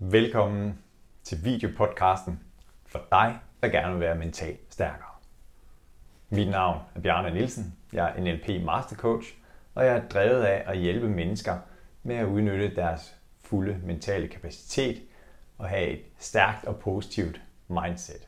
Velkommen til videopodcasten for dig, der gerne vil være mentalt stærkere. Mit navn er Bjarne Nielsen. Jeg er NLP Mastercoach, og jeg er drevet af at hjælpe mennesker med at udnytte deres fulde mentale kapacitet og have et stærkt og positivt mindset.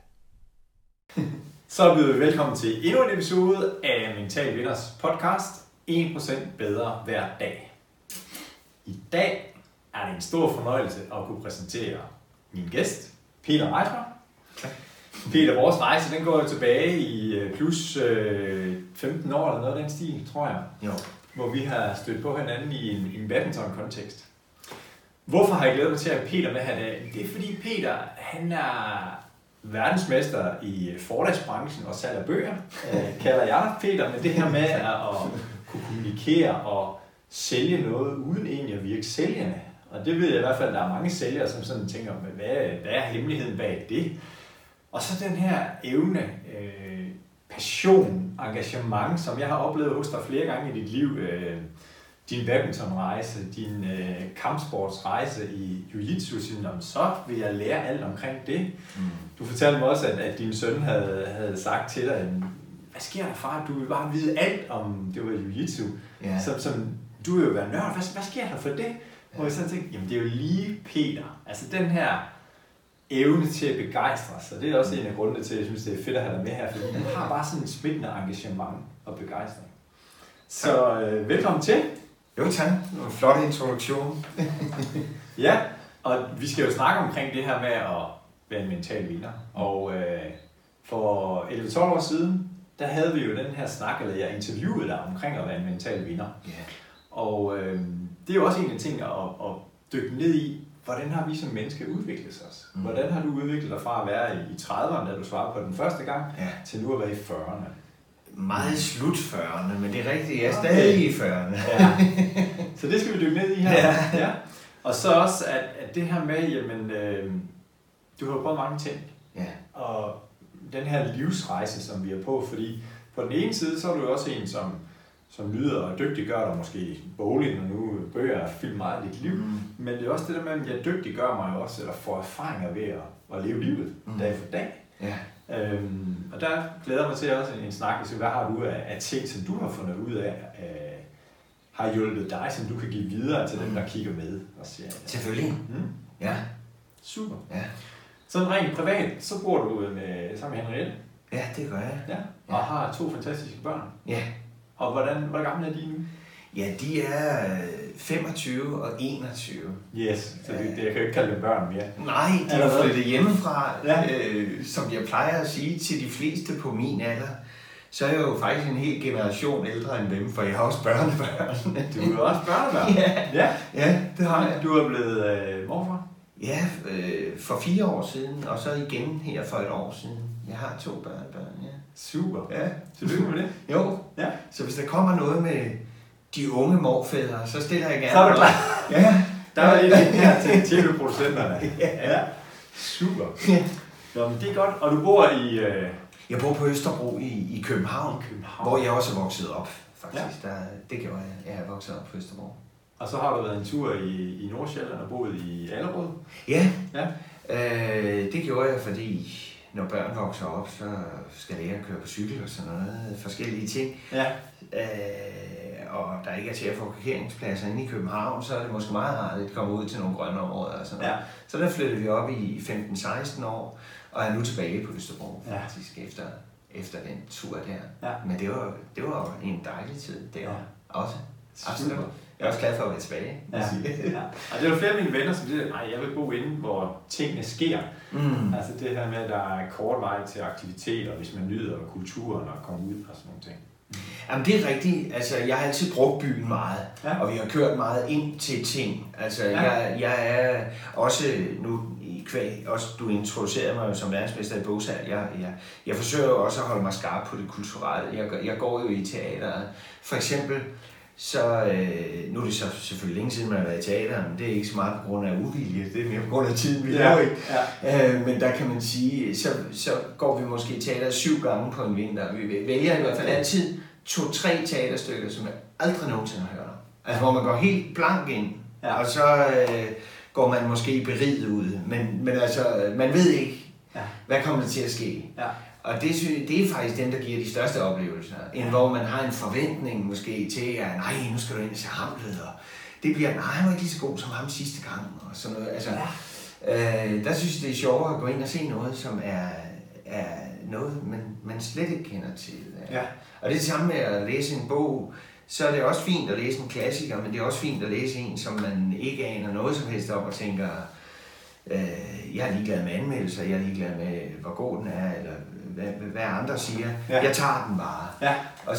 Så byder vi velkommen til endnu en episode af Mental Vinders podcast 1% bedre hver dag. I dag er det en stor fornøjelse at kunne præsentere min gæst, Peter Reisner. Peter, vores rejse den går jo tilbage i plus 15 år eller noget af den stil, tror jeg. Jo. Hvor vi har stødt på hinanden i en badminton-kontekst. Hvorfor har jeg glædet mig til at have Peter med her i dag? Det er fordi Peter, han er verdensmester i forlagsbranchen og salg af bøger, kalder jeg Peter, men det her med at kunne kommunikere og sælge noget uden egentlig at virke sælgende. Og det ved jeg i hvert fald, at der er mange sælgere, som sådan tænker, hvad er hemmeligheden bag det? Og så den her evne, passion, engagement, som jeg har oplevet hos dig flere gange i dit liv. Din badmintonrejse, din kampsportsrejse i jiu-jitsu, så vil jeg lære alt omkring det. Du fortalte mig også, at din søn havde sagt til dig, hvad sker der, far? Du vil bare vide alt om, det var jiu-jitsu. Ja. Som du vil jo være nørd. Hvad sker der for det? Og jeg sådan tænkte, jamen det er jo lige Peter. Altså den her evne til at begejstre sig, det er også en af grundene til, at jeg synes, det er fedt at have dig med her, fordi du har bare sådan en smittende engagement og begejstring. Så velkommen til. Jo tak, det var en flot introduktion. Ja, og vi skal jo snakke omkring det her med at være en mental vinder. Og for 11-12 år siden, der havde vi jo den her snak, eller jeg interviewede dig omkring at være en mental vinder. Yeah. Og det er jo også en af tingene at dykke ned i, hvordan har vi som mennesker udviklet os? Hvordan har du udviklet dig fra at være i 30'erne, da du svarede på den første gang, til nu at være i 40'erne? Meget slut 40'erne, men det er rigtigt, jeg er stadig i 40'erne. Ja. Så det skal vi dykke ned i her. Ja. Og så også, at det her med, jamen, du har jo prøvet mange ting. Ja. Og den her livsrejse, som vi er på, fordi på den ene side, så er du jo også en, som lyder og dygtiggør dig måske bogligt, når nu bøger er fyldt meget af dit liv. Men det er også det der med, at jeg dygtiggør mig jo også, eller får erfaringer ved at leve livet dag for dag. Ja. Og der glæder jeg mig til også en snak, hvad har du af ting, som du har fundet ud af, har hjulpet dig, som du kan give videre til dem, der kigger med og siger. Selvfølgelig. Ja. Super. Ja. Sådan rent privat, så bor du sammen med Henriette. Ja, det gør jeg. Ja. Og har 2 fantastiske børn. Ja. Og hvor gamle er de nu? Ja, de er 25 og 21. Yes, så det, jeg kan jo ikke kalde dem børn mere. Nej, de er flyttet hjemmefra, som jeg plejer at sige til de fleste på min alder. Så er jeg jo faktisk en hel generation ældre end dem, for jeg har også børnebørn. Du er jo også børnebørn? Ja, det har jeg. Du er blevet morfar? Ja, for 4 år siden, og så igen her for 1 år siden. Jeg har 2 børnebørn, ja. Super. Ja. Tillykke med det. Jo. Ja. Så hvis der kommer noget med de unge morfædre, så stiller jeg gerne. Så er du klar. Ja. Der er lidt her til tv-producenterne. Ja. Super. Ja. Nå, men det er godt. Og du bor i... Jeg bor på Østerbro i København, hvor jeg også er vokset op, faktisk. Ja. Det gjorde jeg. Jeg er vokset op på Østerbro. Og så har du været en tur i Nordsjælland og boet i Allerød? Ja. Det gjorde jeg, fordi når børn vokser op, så skal lære at køre på cykel og sådan noget, forskellige ting. Ja. Og der ikke er til at få parkeringspladser inde i København, så er det måske meget rart at komme ud til nogle grønne områder og sådan noget. Ja. Så der flyttede vi op i 15-16 år, og er nu tilbage på Østerbro faktisk efter den tur der. Ja. Men det var en dejlig tid der også. Absolut. Jeg er også glad for at være tilbage. Ja. Og det er jo flere af mine venner, som siger, at jeg vil bo inde, hvor tingene sker. Altså det her med, at der er kort vej til aktiviteter, hvis man nyder kulturen og kommer ud og sådan nogle ting. Jamen det er rigtigt. Altså jeg har altid brugt byen meget, og vi har kørt meget ind til ting. Altså jeg er også nu i kvæg, også du introducerede mig jo som verdensmester i bogsalg. Jeg forsøger jo også at holde mig skarp på det kulturelle. Jeg går jo i teater. For eksempel så nu er det så selvfølgelig længe siden, man har været i teateren, men det er ikke så meget på grund af uvilje, det er mere på grund af tiden, vi lever i. Men der kan man sige, så går vi måske i teater 7 gange på en vinter. Vi vælger i hvert fald altid 2-3 teaterstykker, som jeg aldrig nogensinde har hørt om. Altså hvor man går helt blank ind, og så går man måske beriget ud. Men altså, man ved ikke, hvad kommer der til at ske. Ja. Og det er faktisk dem, der giver de største oplevelser. End hvor man har en forventning måske til, at nej, nu skal du ind og se Hamlet. Og det bliver, nej, han var ikke lige så god som ham sidste gang. Og sådan noget. Altså, der synes jeg, det er sjovere at gå ind og se noget, som er noget, man slet ikke kender til. Ja. Og det er det samme med at læse en bog. Så er det også fint at læse en klassiker, men det er også fint at læse en, som man ikke aner noget som helst op og tænker, jeg er ligeglad med anmeldelser, jeg er ligeglad med, hvor god den er, eller hvad andre siger. Ja. Jeg tager den bare. Ja. Og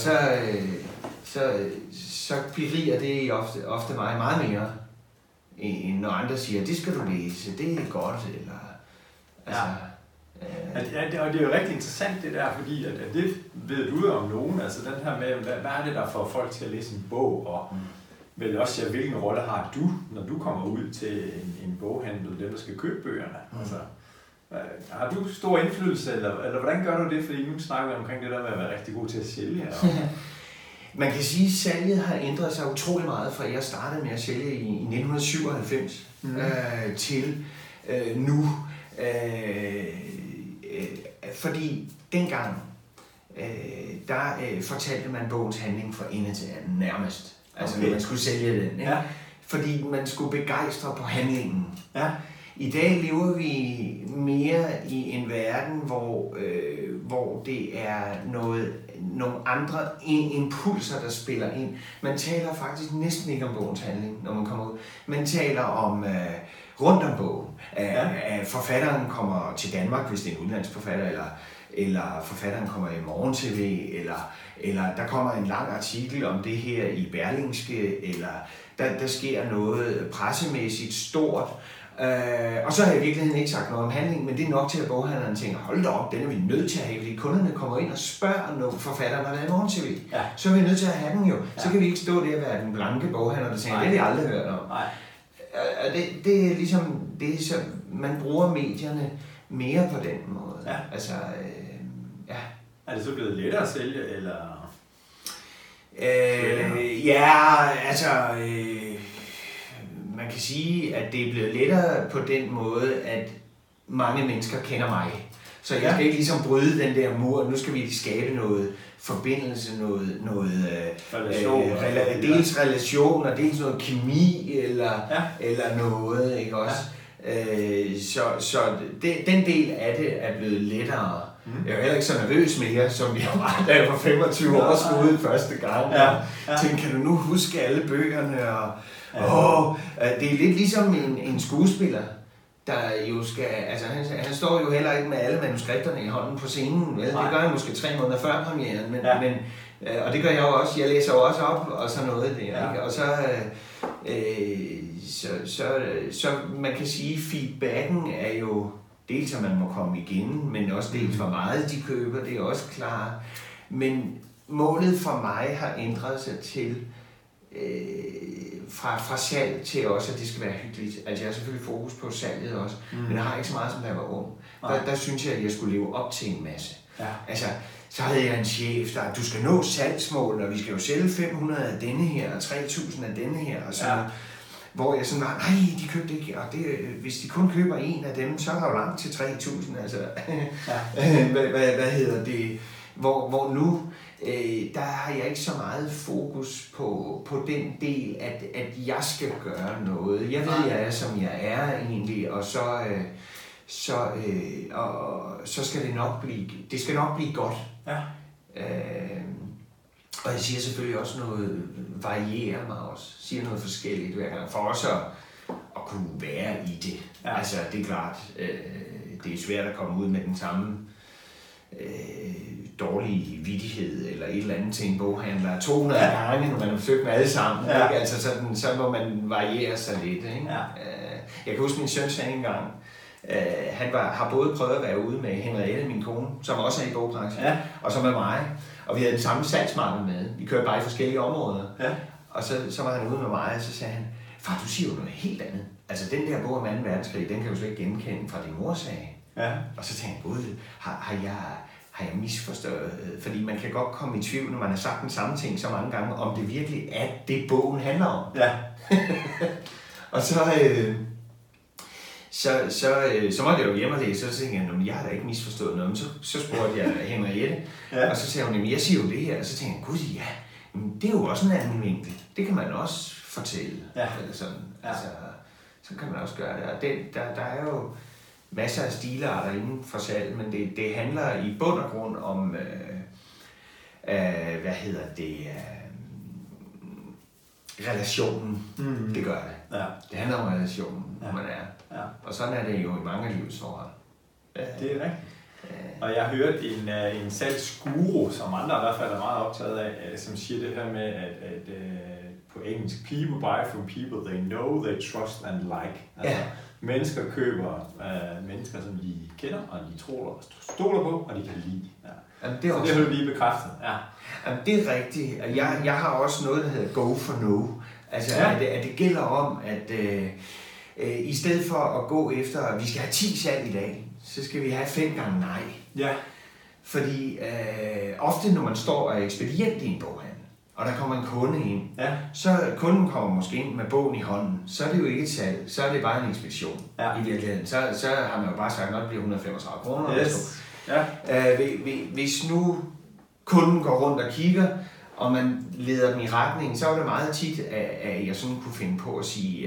så beriger det ofte mig meget mere, end når andre siger, det skal du læse, det er godt, eller... Altså, og det er jo rigtig interessant det der, fordi at det ved du om nogen, altså den her med, hvad er det der får folk til at læse en bog, og vel også hvilken rolle har du, når du kommer ud til en boghandel, dem der skal købe bøgerne, altså har du stor indflydelse, eller hvordan gør du det, fordi nu snakker vi omkring det der med at være rigtig god til at sælge? Man kan sige, at salget har ændret sig utrolig meget, fra jeg startede med at sælge i 1997 til nu. Fordi dengang, der fortalte man bogens handling fra ende til anden nærmest. Altså når man skulle sælge den. Ikke? Ja. Fordi man skulle begejstre på handlingen. Ja. I dag lever vi mere i en verden, hvor det er nogle andre impulser, der spiller ind. Man taler faktisk næsten ikke om bogens handling, når man kommer ud. Man taler om rundt om bogen. At forfatteren kommer til Danmark, hvis det er en udenlandsk forfatter, eller forfatteren kommer i Morgen-TV, eller der kommer en lang artikel om det her i Berlingske, eller der sker noget pressemæssigt stort. Og så har jeg i virkeligheden ikke sagt noget om handling, men det er nok til, at boghandleren tænker, hold da op, den er vi nødt til at have, fordi kunderne kommer ind og spørger, når forfatteren har været i Morgen-TV. Ja. Så er vi nødt til at have den jo. Så kan vi ikke stå der og være den blanke boghandler, der tænker, det har vi aldrig hørt om. Det er ligesom det, som man bruger medierne mere på den måde. Ja. Altså, Er det så blevet lettere at sælge, eller? Man kan sige, at det er blevet lettere på den måde, at mange mennesker kender mig. Så jeg skal ikke ligesom bryde den der mur, nu skal vi skabe noget forbindelse, noget dels relation, og dels noget kemi, eller noget, ikke også? Ja. Så den del af det er blevet lettere. Jeg er heller ikke så nervøs mere, som jeg var, da jeg for 25 år skulle ud første gang. Tænkte, kan du nu huske alle bøgerne? Det er lidt ligesom en skuespiller, der jo skal... Altså, han står jo heller ikke med alle manuskripterne i hånden på scenen. Vel? Det gør jeg måske 3 måneder før premieren, og det gør jeg jo også. Jeg læser jo også op og sådan noget der. Ikke? Og så man kan sige, feedbacken er jo dels, at man må komme igen, men også dels, hvor meget de køber, det er også klart. Men målet for mig har ændret sig til fra salg til også, at det skal være hyggeligt. Altså jeg har selvfølgelig fokus på salget også, men jeg har ikke så meget, som da jeg var ung. Der synes jeg, at jeg skulle leve op til en masse. Ja. Altså, så havde jeg en chef, der du skal nå salgsmål, og vi skal jo sælge 500 af denne her, og 3000 af denne her, og sådan hvor jeg sådan var, nej, de købte ikke, og det, hvis de kun køber en af dem, så er der jo langt til 3000, altså. Hvad hedder det? Hvor nu, der har jeg ikke så meget fokus på den del, at jeg skal gøre noget. Jeg ved, jeg er, som jeg er egentlig, og så skal det skal nok blive godt. Ja. Og jeg siger selvfølgelig også noget, varierer mig også, siger noget forskelligt hver gang, for også at kunne være i det. Ja. Altså, det er klart, det er svært at komme ud med den samme dårlige vittighed eller et eller andet til en boghandler 200 gange, når man har forsøgt med alle sammen. Ja. Ikke? Altså, så må man variere sig lidt. Ikke? Ja. Jeg kan huske, min søn sagde engang, han har både prøvet at være ude med Henriette, min kone, som også er i bogbranchen, og så med mig. Og vi havde den samme salgsmarked med. Vi kørte bare i forskellige områder. Ja. Og så var han ude med mig, og så sagde han, far, du siger jo noget helt andet. Altså, den der bog om 2. verdenskrig, den kan du slet ikke genkende fra din mor sagde. Ja. Og så tænkte jeg, har jeg misforstået? Fordi man kan godt komme i tvivl, når man har sagt den samme ting så mange gange, om det virkelig er det, bogen handler om. Ja. Og så måtte jeg jo hjem og læse, og så tænkte jeg, jeg har da ikke misforstået noget. Men så spurgte jeg Henriette, og så sagde hun, jeg siger jo det her, og så tænkte jeg, gud ja, men det er jo også en anden vinkel. Det kan man også fortælle. Eller sådan. Altså, så kan man også gøre det. Og der er jo masser af stilarter inden for salg, men det handler i bund og grund om, relationen. Det gør det. Ja. Det handler om relationen, man er. Ja. Og sådan er det jo i mange af livets forhold. Det er rigtigt. Og jeg har hørt en salgsguru, som andre i hvert fald er meget optaget af, som siger det her med, at på engelsk, people buy from people they know, they trust and like. Altså, mennesker køber mennesker, som de kender, og de stoler på, og de kan lide. Ja. Jamen, det er også, så det har du lige bekræftet. Ja. Jamen, det er rigtigt. Jeg har også noget, der hedder go for no. Altså, at det gælder om, at i stedet for at gå efter, at vi skal have 10 salg i dag, så skal vi have 5 gange nej. Ja. Fordi ofte, når man står og er ekspedient i en boghandel, og der kommer en kunde ind, så kunden kommer måske ind med bogen i hånden, så er det jo ikke et salg, så er det bare en ekspedition i virkeligheden. Så har man jo bare sagt, at det bliver 135 kroner. Yes. Ja. Hvis nu kunden går rundt og kigger, og man leder dem i retningen, så er det meget tit, at jeg sådan kunne finde på at sige,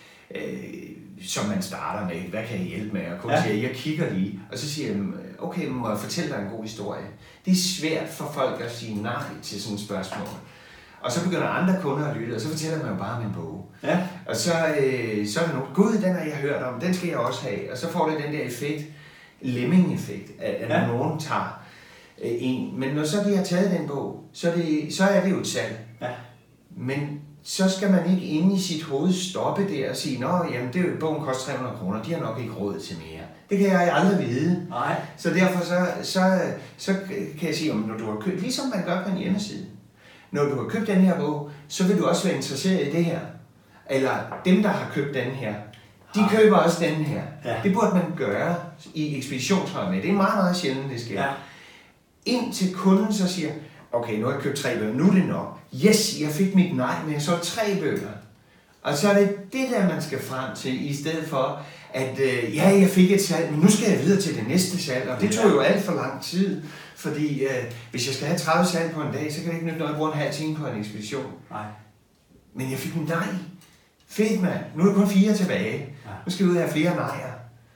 som man starter med, hvad kan jeg hjælpe med? Og kunden siger, jeg kigger lige, og så siger jeg, okay, må jeg fortælle dig en god historie? Det er svært for folk at sige nej til sådan et spørgsmål. Og så begynder andre kunder at lytte, og så fortæller man jo bare om en bog. Ja. Og så er der nogen, gud, den har jeg hørt om, den skal jeg også have. Og så får det den der effekt, lemming-effekt, at nogen tager en. Men når så de har taget den bog, så er det jo et salg. Ja. Men så skal man ikke inde i sit hoved stoppe der og sige, jamen det er jo, bogen koster 300 kroner, de har nok ikke råd til mere. Det kan jeg aldrig vide. Nej. Så derfor så kan jeg sige, når du har købt, ligesom man gør på en hjemmeside, når du har købt den her bog, så vil du også være interesseret i det her. Eller dem, der har købt den her, de køber også den her. Ja. Det burde man gøre i ekspeditionshold med. Det er meget, meget sjældent, det sker. Ja. Indtil kunden så siger, okay, nu har jeg købt 3 bøger, nu er det nok. Yes, jeg fik mit nej, men jeg så 3 bøger. Og så er det det der, man skal frem til, i stedet for, at jeg fik et salg, men nu skal jeg videre til det næste salg. Og det tog jo alt for lang tid, fordi hvis jeg skal have 30 salg på en dag, så kan det ikke nytte noget at bruge en halv time på en ekspedition. Nej. Men jeg fik en nej. Fedt, mand. Nu er der kun 4 tilbage. Ja. Nu skal vi ud og have flere nejer.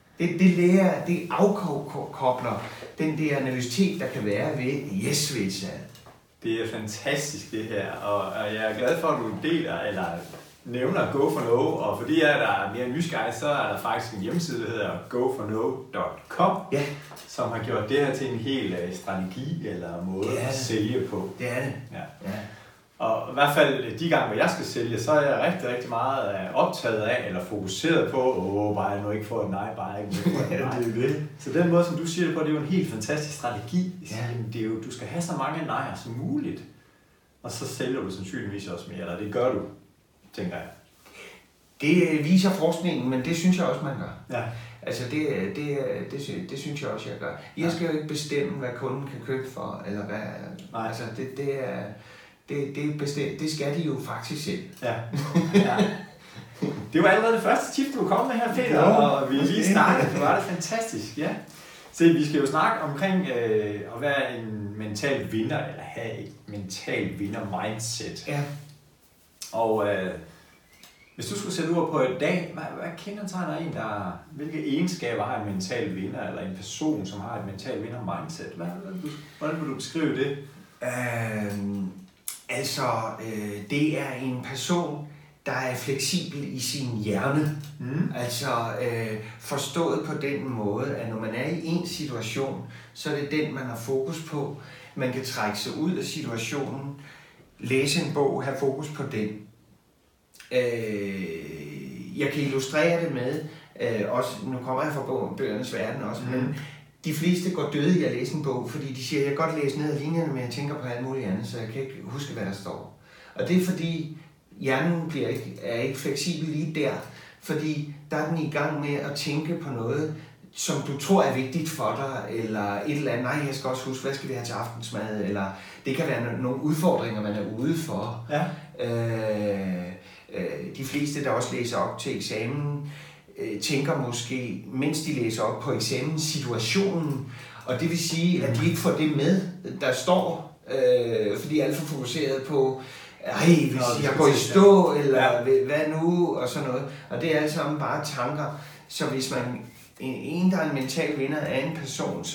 Det afkobler den der nervøsitet, der kan være ved et salg. Det er fantastisk det her, og jeg er glad for, at du deler, eller nævner Go for No, og fordi jeg er mere nysgerrig, så er der faktisk en hjemmeside, der hedder goforno.com, som har gjort det her til en hel strategi eller måde at sælge på. Det er det. Ja. Og i hvert fald de gange, hvor jeg skal sælge, så er jeg rigtig, rigtig meget optaget af, eller fokuseret på, bare jeg nu ikke får et nej, bare ikke får et nej. Det er det. Så den måde, som du siger det på, det er jo en helt fantastisk strategi. Ja. Det er jo, du skal have så mange nejer som muligt, og så sælger du sandsynligvis også mere, eller det gør du, tænker jeg. Det viser forskningen, men det synes jeg også, man gør. Ja. Altså det synes jeg også, jeg gør. Jeg skal jo ikke bestemme, hvad kunden kan købe for, eller hvad. Nej. Altså det skal de jo faktisk selv. Ja. Det var allerede det første tip, du kom med her, Peter, og vi lige snakkede. Det var det fantastisk, ja. Så vi skal jo snakke omkring at være en mental vinder, eller have et mental vinder-mindset. Ja. Og hvis du skulle sætte ord på et dag, hvad kendetegner en, hvilke egenskaber har en mental vinder, eller en person, som har et mental vinder-mindset? Hvordan vil du beskrive det? Det er en person, der er fleksibel i sin hjerne. Altså forstået på den måde, at når man er i en situation, så er det den, man har fokus på. Man kan trække sig ud af situationen, læse en bog, have fokus på den. Jeg kan illustrere det med, også, nu kommer jeg fra bøgernes verden også, men de fleste går døde i at læse en bog, fordi de siger, jeg kan godt læse ned ad linjerne, men jeg tænker på alt muligt andet, så jeg kan ikke huske, hvad der står. Og det er fordi, hjernen er ikke fleksibel lige der, fordi der er den i gang med at tænke på noget, som du tror er vigtigt for dig, eller et eller andet, nej, jeg skal også huske, hvad skal vi have til aftensmad, eller det kan være nogle udfordringer, man er ude for. Ja. De fleste, der også læser op til eksamen, tænker måske, mens de læser op på eksamen, situationen, og det vil sige, at de ikke får det med, der står, fordi de er alt for fokuseret på, hvis jeg går i stå, eller hvad nu, og sådan noget. Og det er alt sammen bare tanker. Så hvis man, der er en mental vinder, er en person,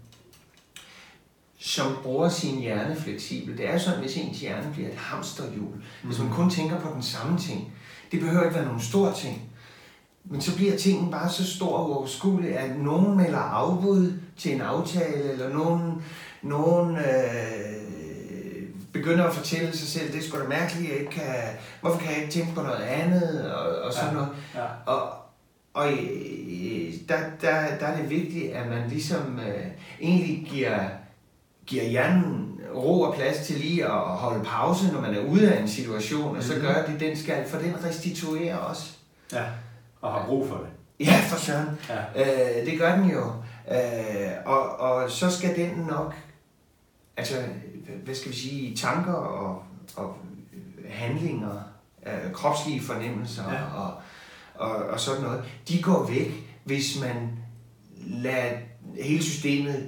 som bruger sin hjerne fleksibel. Det er sådan, hvis ens hjerne bliver et hamsterhjul. Hvis man kun tænker på den samme ting. Det behøver ikke være nogen store ting. Men så bliver tingen bare så stor og uoverskuelig, at nogen melder afbud til en aftale, eller nogen begynder at fortælle sig selv, det er sgu da mærkeligt, jeg ikke kan, hvorfor kan jeg ikke tænke på noget andet, og sådan noget. Ja. Og der er det vigtigt, at man ligesom egentlig giver hjernen ro og plads til lige at holde pause, når man er ude af en situation, og så gør det, den skal, for den restituerer også. Ja, og har brug for det. Ja, for søren. Ja. Det gør den jo. Og så skal den nok, altså, hvad skal vi sige, tanker og handlinger, kropslige fornemmelser og sådan noget, de går væk, hvis man lader hele systemet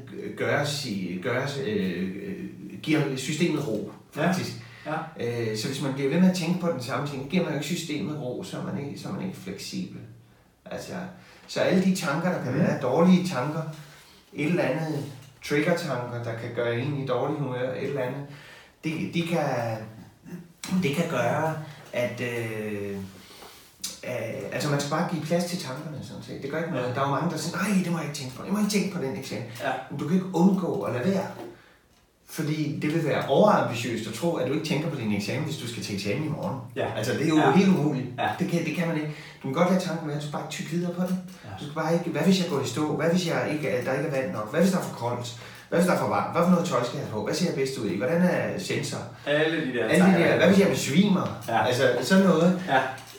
giver systemet ro, faktisk. Ja. Så hvis man bliver ved med at tænke på den samme ting, giver man jo ikke systemet ro, så er man ikke fleksibel. Altså, så alle de tanker, der kan være, dårlige tanker, et eller andet trigger-tanker, der kan gøre en i dårlig humør, et eller andet, det kan gøre, at altså man skal bare give plads til tankerne, sådan set. Det gør ikke noget. Der er jo mange, der siger, nej, det må jeg ikke tænke på. Jeg må ikke tænke på den eksamen. Ja. Men du kan ikke undgå at lade være. Fordi det vil være overambitiøst at tro, at du ikke tænker på din eksamen, hvis du skal til eksamen i morgen. Ja. Altså det er jo helt umuligt. Ja. Det kan man ikke. Du kan godt have tanken med, at du skal bare ikke tykke videre på det. Ja. Du skal bare ikke, hvad hvis jeg går i stå? Hvad hvis der ikke er vand nok? Hvad hvis der er for koldt? Hvad hvis der er for varmt? Hvad for noget tøj skal jeg have på? Hvad ser jeg bedst ud i? Hvordan er sensor? Alle de der. Hvad hvis jeg besvimer? Ja. Altså sådan noget. Ja.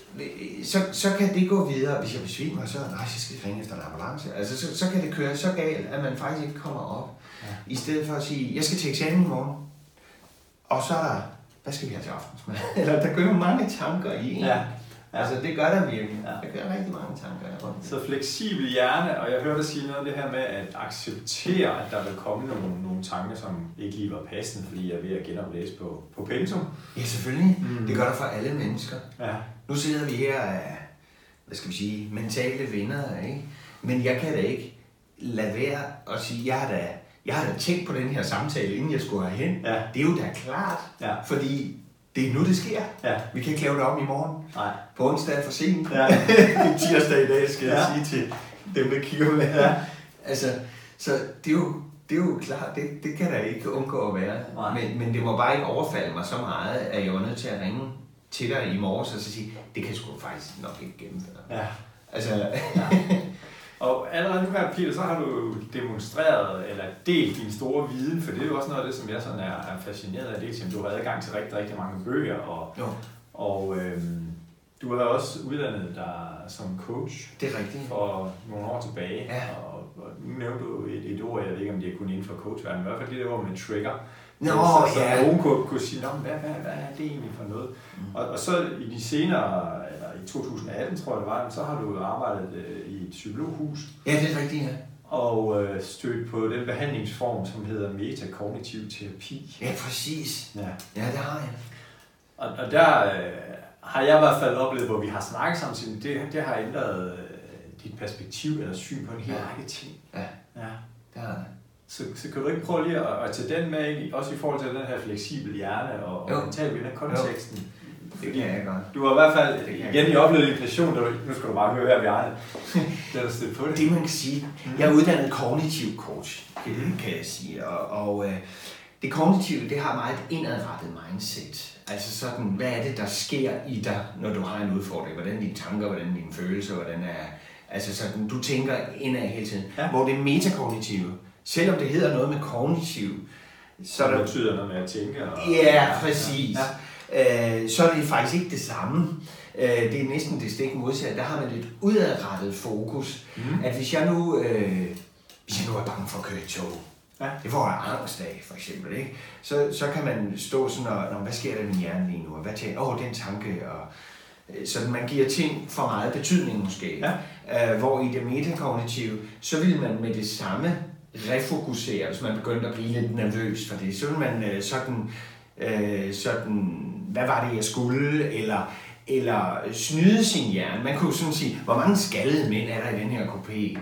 Så kan det gå videre. Hvis jeg besvimer, så skal jeg ringe efter en ambulance. Altså så kan det køre så galt, at man faktisk ikke kommer op. Ja. I stedet for at sige, jeg skal til eksamen i morgen. Og så er der, hvad skal vi have til aftensmad? Eller der kører mange tanker i en. Ja. Altså det gør der virkelig. Ja. Der kører rigtig mange tanker rundt. Så fleksibel hjerne, og jeg hørte dig sige noget af det her med at acceptere, at der vil komme nogle tanker, som ikke lige var passende, fordi jeg er ved at genoplæse på pensum. Ja, selvfølgelig. Det gør der for alle mennesker. Ja. Nu sidder vi her af, hvad skal vi sige, mentale vinder, ikke? Men jeg kan da ikke lade være at sige, jeg har da tænkt på den her samtale, inden jeg skulle herhen. Ja. Det er jo da klart, fordi det er nu, det sker. Ja. Vi kan ikke lave det om i morgen. Nej. På onsdag er for sent. Ja. Det er tirsdag i dag, skal jeg sige til dem, der kigger med. Ja. Altså, så det er jo klart, det kan der ikke undgå at være. Men det må bare ikke overfalde mig så meget, at jeg er nødt til at ringe til dig i morges og så sige, det kan jeg sgu faktisk nok ikke gennemføre. Ja. Altså, Og allerede nu her, Peter, så har du demonstreret eller delt din store viden, for det er jo også noget af det, som jeg sådan er fascineret af. Dels, du har adgang til rigtig, rigtig mange bøger, og du har også uddannet dig som coach. Det er rigtigt. For nogle år tilbage. Ja. Og nu nævnte du et ord, jeg ved ikke, om det er kun inden for coachverdenen, i hvert fald det der ord med trigger. Så nogen kunne sige, hvad er det egentlig for noget? Og så i de senere, eller i 2018 tror jeg det var, så har du arbejdet i et psykologhus. Ja, det er rigtigt, ja. Og stødt på den behandlingsform, som hedder metakognitiv terapi. Ja, præcis. Ja, det har jeg. Og der har jeg i hvert fald oplevet, hvor vi har snakket sammen, det har ændret dit perspektiv eller syn på en hel række ting. Ja, det har det. Så kan du ikke prøve lige at tage den med, også i forhold til den her fleksible hjerne og mental vinder konteksten? Det kan jeg godt. Du har i hvert fald igen i oplevet inflation, nu skal du bare høre her, Bjarne. Det er der stødt på det. Det man kan sige, jeg er uddannet kognitiv coach, kan jeg sige, og det kognitive, det har meget et indadrettet mindset. Altså sådan, hvad er det, der sker i dig, når du har en udfordring? Hvordan er dine tanker, hvordan er dine følelser, hvordan er... Altså sådan, du tænker indad hele tiden. Ja. Hvor det metakognitive, selvom det hedder noget med kognitiv, så det betyder noget med at tænke. Ja, præcis. Ja. Så er det faktisk ikke det samme. Det er næsten det stik modsatte. Der har man et udadrettet fokus. At hvis jeg nu er bange for at køre i tog, det får jeg angst af, for eksempel, ikke? Så kan man stå sådan og, hvad sker der i min hjerne lige nu? Og hvad tænker den tanke, og så man giver ting for meget betydning måske. Ja. Hvor i det metakognitive, så vil man med det samme refokusere, hvis man begyndte at blive lidt nervøs for det. Så vil man sådan, hvad var det jeg skulle, eller snyde sin hjerne. Man kunne sådan sige, hvor mange skaldede mænd er der i den her kopé?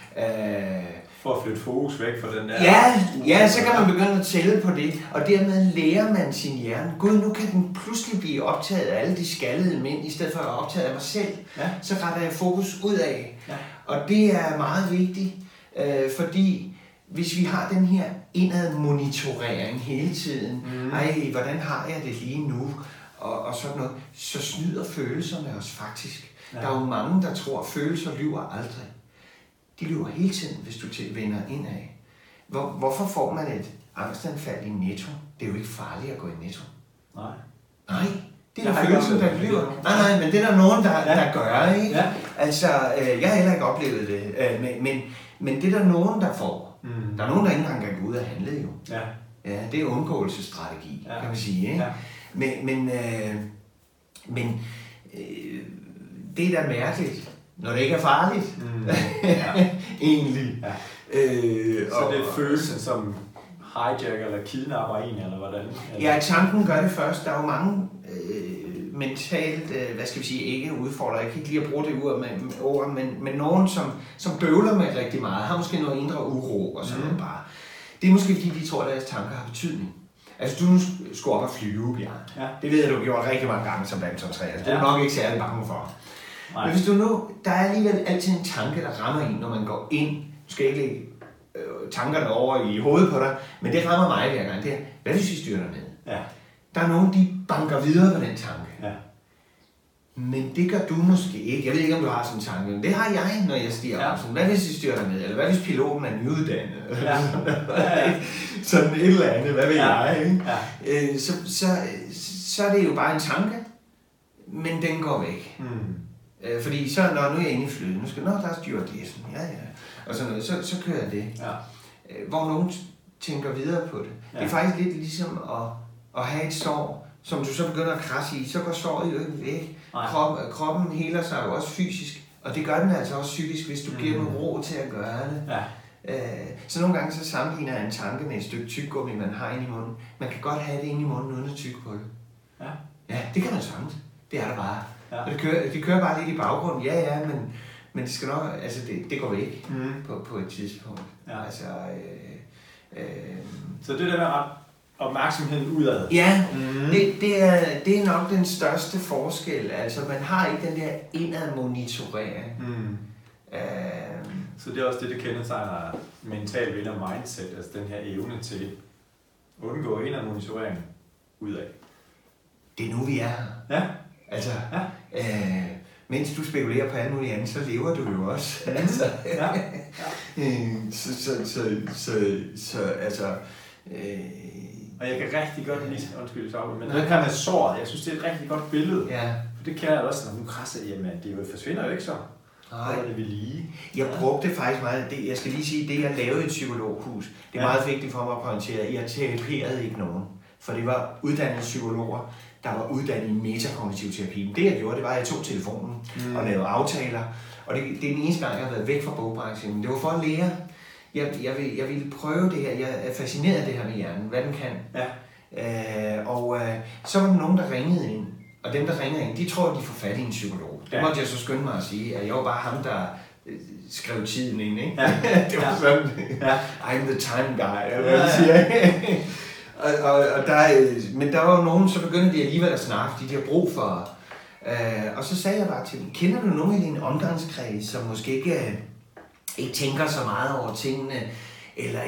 For at flytte fokus væk fra den der... Ja, så kan man begynde at tælle på det, og dermed lærer man sin hjerne. Gud, nu kan den pludselig blive optaget af alle de skaldede mænd, i stedet for at være optaget af mig selv. Ja. Så retter jeg fokus ud af. Ja. Og det er meget vigtigt, fordi hvis vi har den her indad monitorering hele tiden, hvordan har jeg det lige nu, og sådan noget, så snyder følelserne os faktisk. Ja. Der er jo mange, der tror, at følelser lyver aldrig. De lyver hele tiden, hvis du vender indad. Hvorfor får man et angstanfald i Netto? Det er jo ikke farligt at gå i Netto. Nej, det er følelsen, der lyver. Nej, men det er der nogen, der gør, ikke? Ja. Altså, jeg har heller ikke oplevet det, men det er der nogen, der får. Der er nogen, der ikke engang kan gå ud og handle, jo. Ja, det er undgåelsesstrategi, kan man sige, ikke? Ja. Men det er da mærkeligt, når det ikke er farligt. Egentlig. Ja. Så det er følelsen, som hijacker eller kidnapper en, eller hvordan? Eller? Ja, tanken gør det først. Der er jo mange mentalt, ikke udfordret. Jeg kan ikke lide at bruge det ord, men nogen, som bøvler med rigtig meget, har måske noget indre uro og sådan noget bare. Det er måske fordi, de tror, at deres tanker har betydning. Altså, du skulle op og flyve, Bjarne. Ja. Det ved jeg, du har gjort rigtig mange gange som badmintontræner. Altså, det er nok ikke særlig bange for. Nej. Men hvis du nu, der er alligevel altid en tanke, der rammer en, når man går ind. Du skal ikke lægge tankerne over i hovedet på dig, men det rammer mig hver gang. Det er, hvad hvis vi styrter ned? Ja. Der er nogen, de banker videre på den tanke. Ja. Men det gør du måske ikke. Jeg ved ikke, om du har sådan en tanke, men det har jeg, når jeg stiger op. Hvad hvis vi styrter ned? Eller hvad hvis piloten er nyuddannet? Ja. Sådan et eller andet, hvad ved jeg, ikke? Ja. Så er det jo bare en tanke, men den går væk. Fordi så, nu er jeg inde i flyet, der er stewardessen, og sådan noget, så kører jeg det. Ja. Hvor nogen tænker videre på det. Ja. Det er faktisk lidt ligesom at have et sår, som du så begynder at krasse i, så går såret jo ikke væk. Kroppen heler sig jo også fysisk, og det gør den altså også psykisk, hvis du giver den ro til at gøre det. Ja. Så nogle gange så sammenligner jeg en tanke med et stykke tyggegummi, man har inde i munden. Man kan godt have det inde i munden uden at tygge på det. Ja. Ja, det kan man sagtens. Det er der bare. Ja. Og det kører bare lidt i baggrunden, men det skal nok, altså det går væk på et tidspunkt. Ja. Altså, så det der med ret opmærksomheden udad. Ja, det er nok den største forskel. Altså man har ikke den der indad monitorering. Så det er også det kendetegner mental vinder mindset, altså den her evne til at undgå indad monitorering udad. Det er nu vi er her. Ja. Altså, mens du spekulerer på alt muligt andet, så lever du jo også. Altså, og jeg kan rigtig godt lide, men det her med såret, jeg synes, det er et rigtig godt billede. Ja. For det kan jeg også, når nu krasser, jamen det forsvinder jo ikke så. Nej. Det vil lige. Jeg brugte faktisk meget, jeg skal lige sige, det jeg lavede i et psykologhus, det er meget vigtigt for mig at pointere, jeg teraperede ikke nogen. For det var uddannede psykologer, der var uddannet i metakognitiv terapi. Det jeg gjorde, det var, at jeg tog telefonen og lavede aftaler. Og det er den eneste gang, jeg har været væk fra bogbranchen. Det var for at lære. Jeg ville prøve det her. Jeg er fascineret af det her med hjernen. Hvad den kan. Ja. Så var der nogen, der ringede ind. Og dem, der ringer ind, de tror, de får fat i en psykolog. Det måtte jeg så skynde mig at sige, at jeg var bare ham, der skrev tiden ind. Ikke? Ja. Det var sådan, I'm the time guy. Eller hvad siger. Men der var jo nogen, så begyndte de alligevel at snakke, fordi de har brug for. Og så sagde jeg bare til dem, kender du nogen i din omgangskreds, som måske ikke tænker så meget over tingene, eller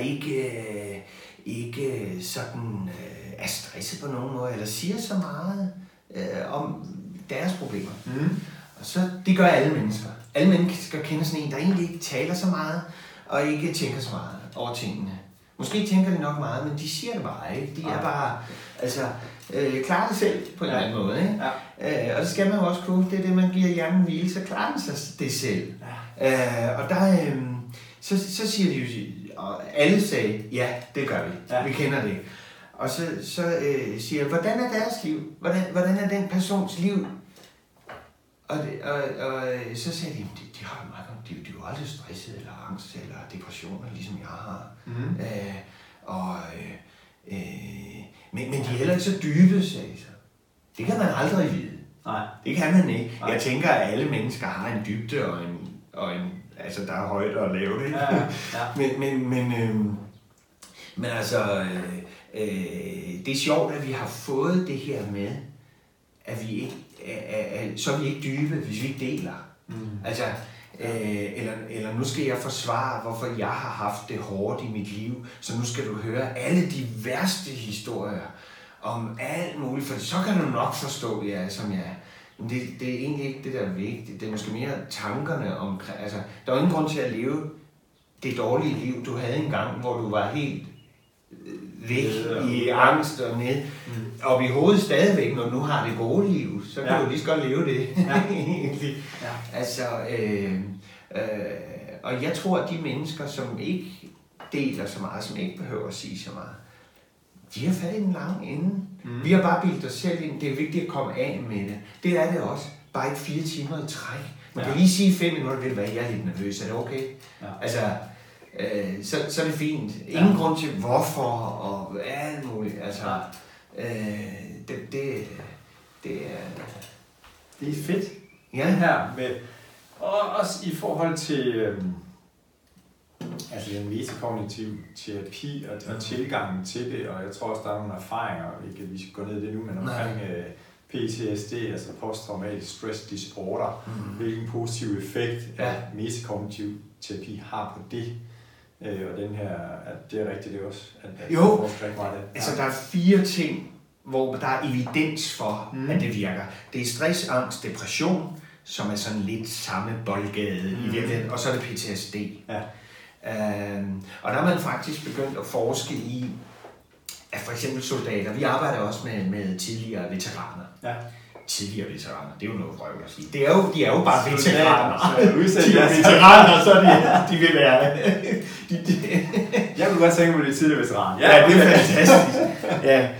ikke sådan er stresset på nogen måde, eller siger så meget om deres problemer. Og så, det gør alle mennesker. Alle mennesker kender sådan en, der egentlig ikke taler så meget, og ikke tænker så meget over tingene. Måske tænker de nok meget, men de siger det bare ikke. De er bare, klarer det selv på en eller anden måde. Ikke? Ja. Og det skal man jo også kunne. Det er det, man giver hjernen hvile, så klarer den sig det selv. Ja. Og der, så siger de jo, og alle sagde, ja, det gør vi. Ja. Vi kender det. Og så siger jeg, hvordan er deres liv? Hvordan er den persons liv Og så sagde de, de har det meget godt. De er jo aldrig stresset eller angst eller depressioner, ligesom jeg har. Men de er heller ikke så dybe, sagde de så. Det kan man aldrig vide. Nej. Det kan man ikke. Nej. Jeg tænker, at alle mennesker har en dybde og en altså der er højt og lavt, ikke? Ja. Men altså, det er sjovt, at vi har fået det her med, at vi ikke, så er vi ikke dybe, hvis vi ikke deler. Altså, eller nu skal jeg forsvare, hvorfor jeg har haft det hårdt i mit liv, så nu skal du høre alle de værste historier om alt muligt, for så kan du nok forstå, som jeg er. Men det er egentlig ikke det, der er vigtigt. Det er måske mere tankerne omkring. Altså, der er ingen grund til at leve det dårlige liv, du havde engang, hvor du var helt væk i angst og ned. Og i hovedet stadigvæk, når du nu har det gode liv, så kan du lige så godt leve det. egentlig. Altså, og jeg tror, at de mennesker, som ikke deler så meget, som ikke behøver at sige så meget, de har fat i den lange ende. Vi har bare bildet os selv ind. Det er vigtigt at komme af med det. Det er det også. Bare ikke 4 timer i træk. Man kan lige sige 5 minutter, ved jeg er lidt nervøs. Er det okay? Ja. Altså, så er det fint. Ingen grund til hvorfor og alt muligt. Altså, det er fedt. Ja. Det her med, og også i forhold til altså den metakognitive terapi og tilgangen til det, og jeg tror også, der er nogle erfaringer, ikke vi skal gå ned i det nu, men omkring PTSD, altså posttraumatic stress disorder, hvilken positiv effekt at metakognitiv terapi har på det. Og den her, at det er rigtigt, det også. Altså der er 4 ting, hvor der er evidens for, at det virker. Det er stress, angst, depression, som er sådan lidt samme boldgade i virkeligheden, og så er det PTSD. Ja. Og der har man faktisk begyndt at forske i, at for eksempel soldater, vi arbejder også med tidligere veteraner. Ja. Tidligere veteraner, det er jo noget vrøvl at sige. De er jo bare veteraner. De er veteraner, så de vil være. Jeg kunne godt tænke på de tidligere veteraner. Ja, det er fantastisk. Ja,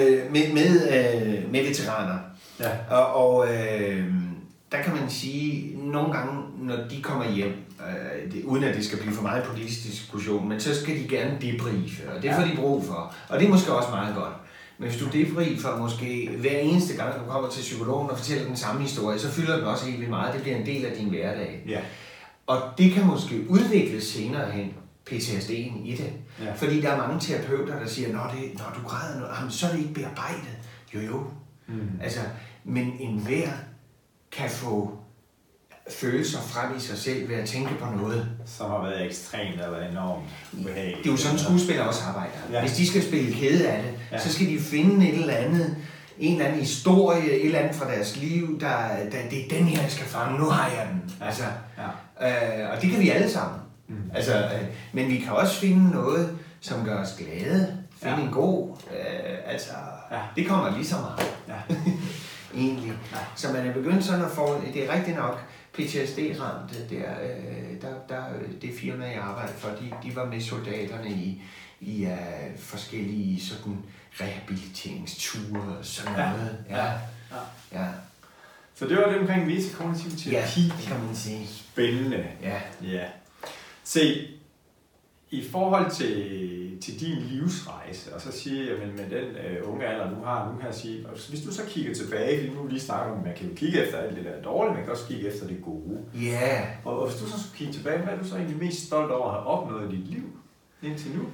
med veteraner. Ja. Og der kan man sige, nogle gange, når de kommer hjem, uden at det skal blive for meget politisk diskussion, men så skal de gerne debriefe, og det får de brug for. Og det er måske også meget godt. Men hvis du debriefer måske hver eneste gang, du kommer til psykologen og fortæller den samme historie, så fylder den også helt vildt meget. Det bliver en del af din hverdag. Ja. Og det kan måske udvikles senere hen, PTSD'en i det. Ja. Fordi der er mange terapeuter, der siger, når du græder noget, så er det ikke bearbejdet. Jo. Altså, men enhver kan få følelser frem i sig selv ved at tænke på noget. Som har været ekstremt eller enormt ubehageligt. Det er jo sådan, skuespillere også arbejder. Ja. Hvis de skal spille kede af det, så skal de finde en eller anden historie, et eller andet fra deres liv, det er den her, jeg skal fange, nu har jeg den. Altså, og det kan vi alle sammen. Altså, men vi kan også finde noget, som gør os glade. Finde en god, det kommer lige så meget. Ja. Egentlig. Ja. Så man er begyndt sådan at få, det er rigtigt nok, PTSD-ramte, det firma, jeg arbejder for, de var med soldaterne i forskellige sådan rehabiliteringsture og sådan noget. Ja. Så det var det omkring metakognitiv terapi. Ja, det kan man sige. Spændende. Ja. Se, i forhold til din livsrejse, og så siger jeg, men med den unge alder, du har, nu kan jeg sige, hvis du så kigger tilbage, fordi nu lige snakker om, man kan jo kigge efter alt det der dårlige, man kan også kigge efter det gode. Ja. Yeah. Og hvis du så skulle kigge tilbage, hvad er du så egentlig mest stolt over at have opnået i dit liv indtil nu?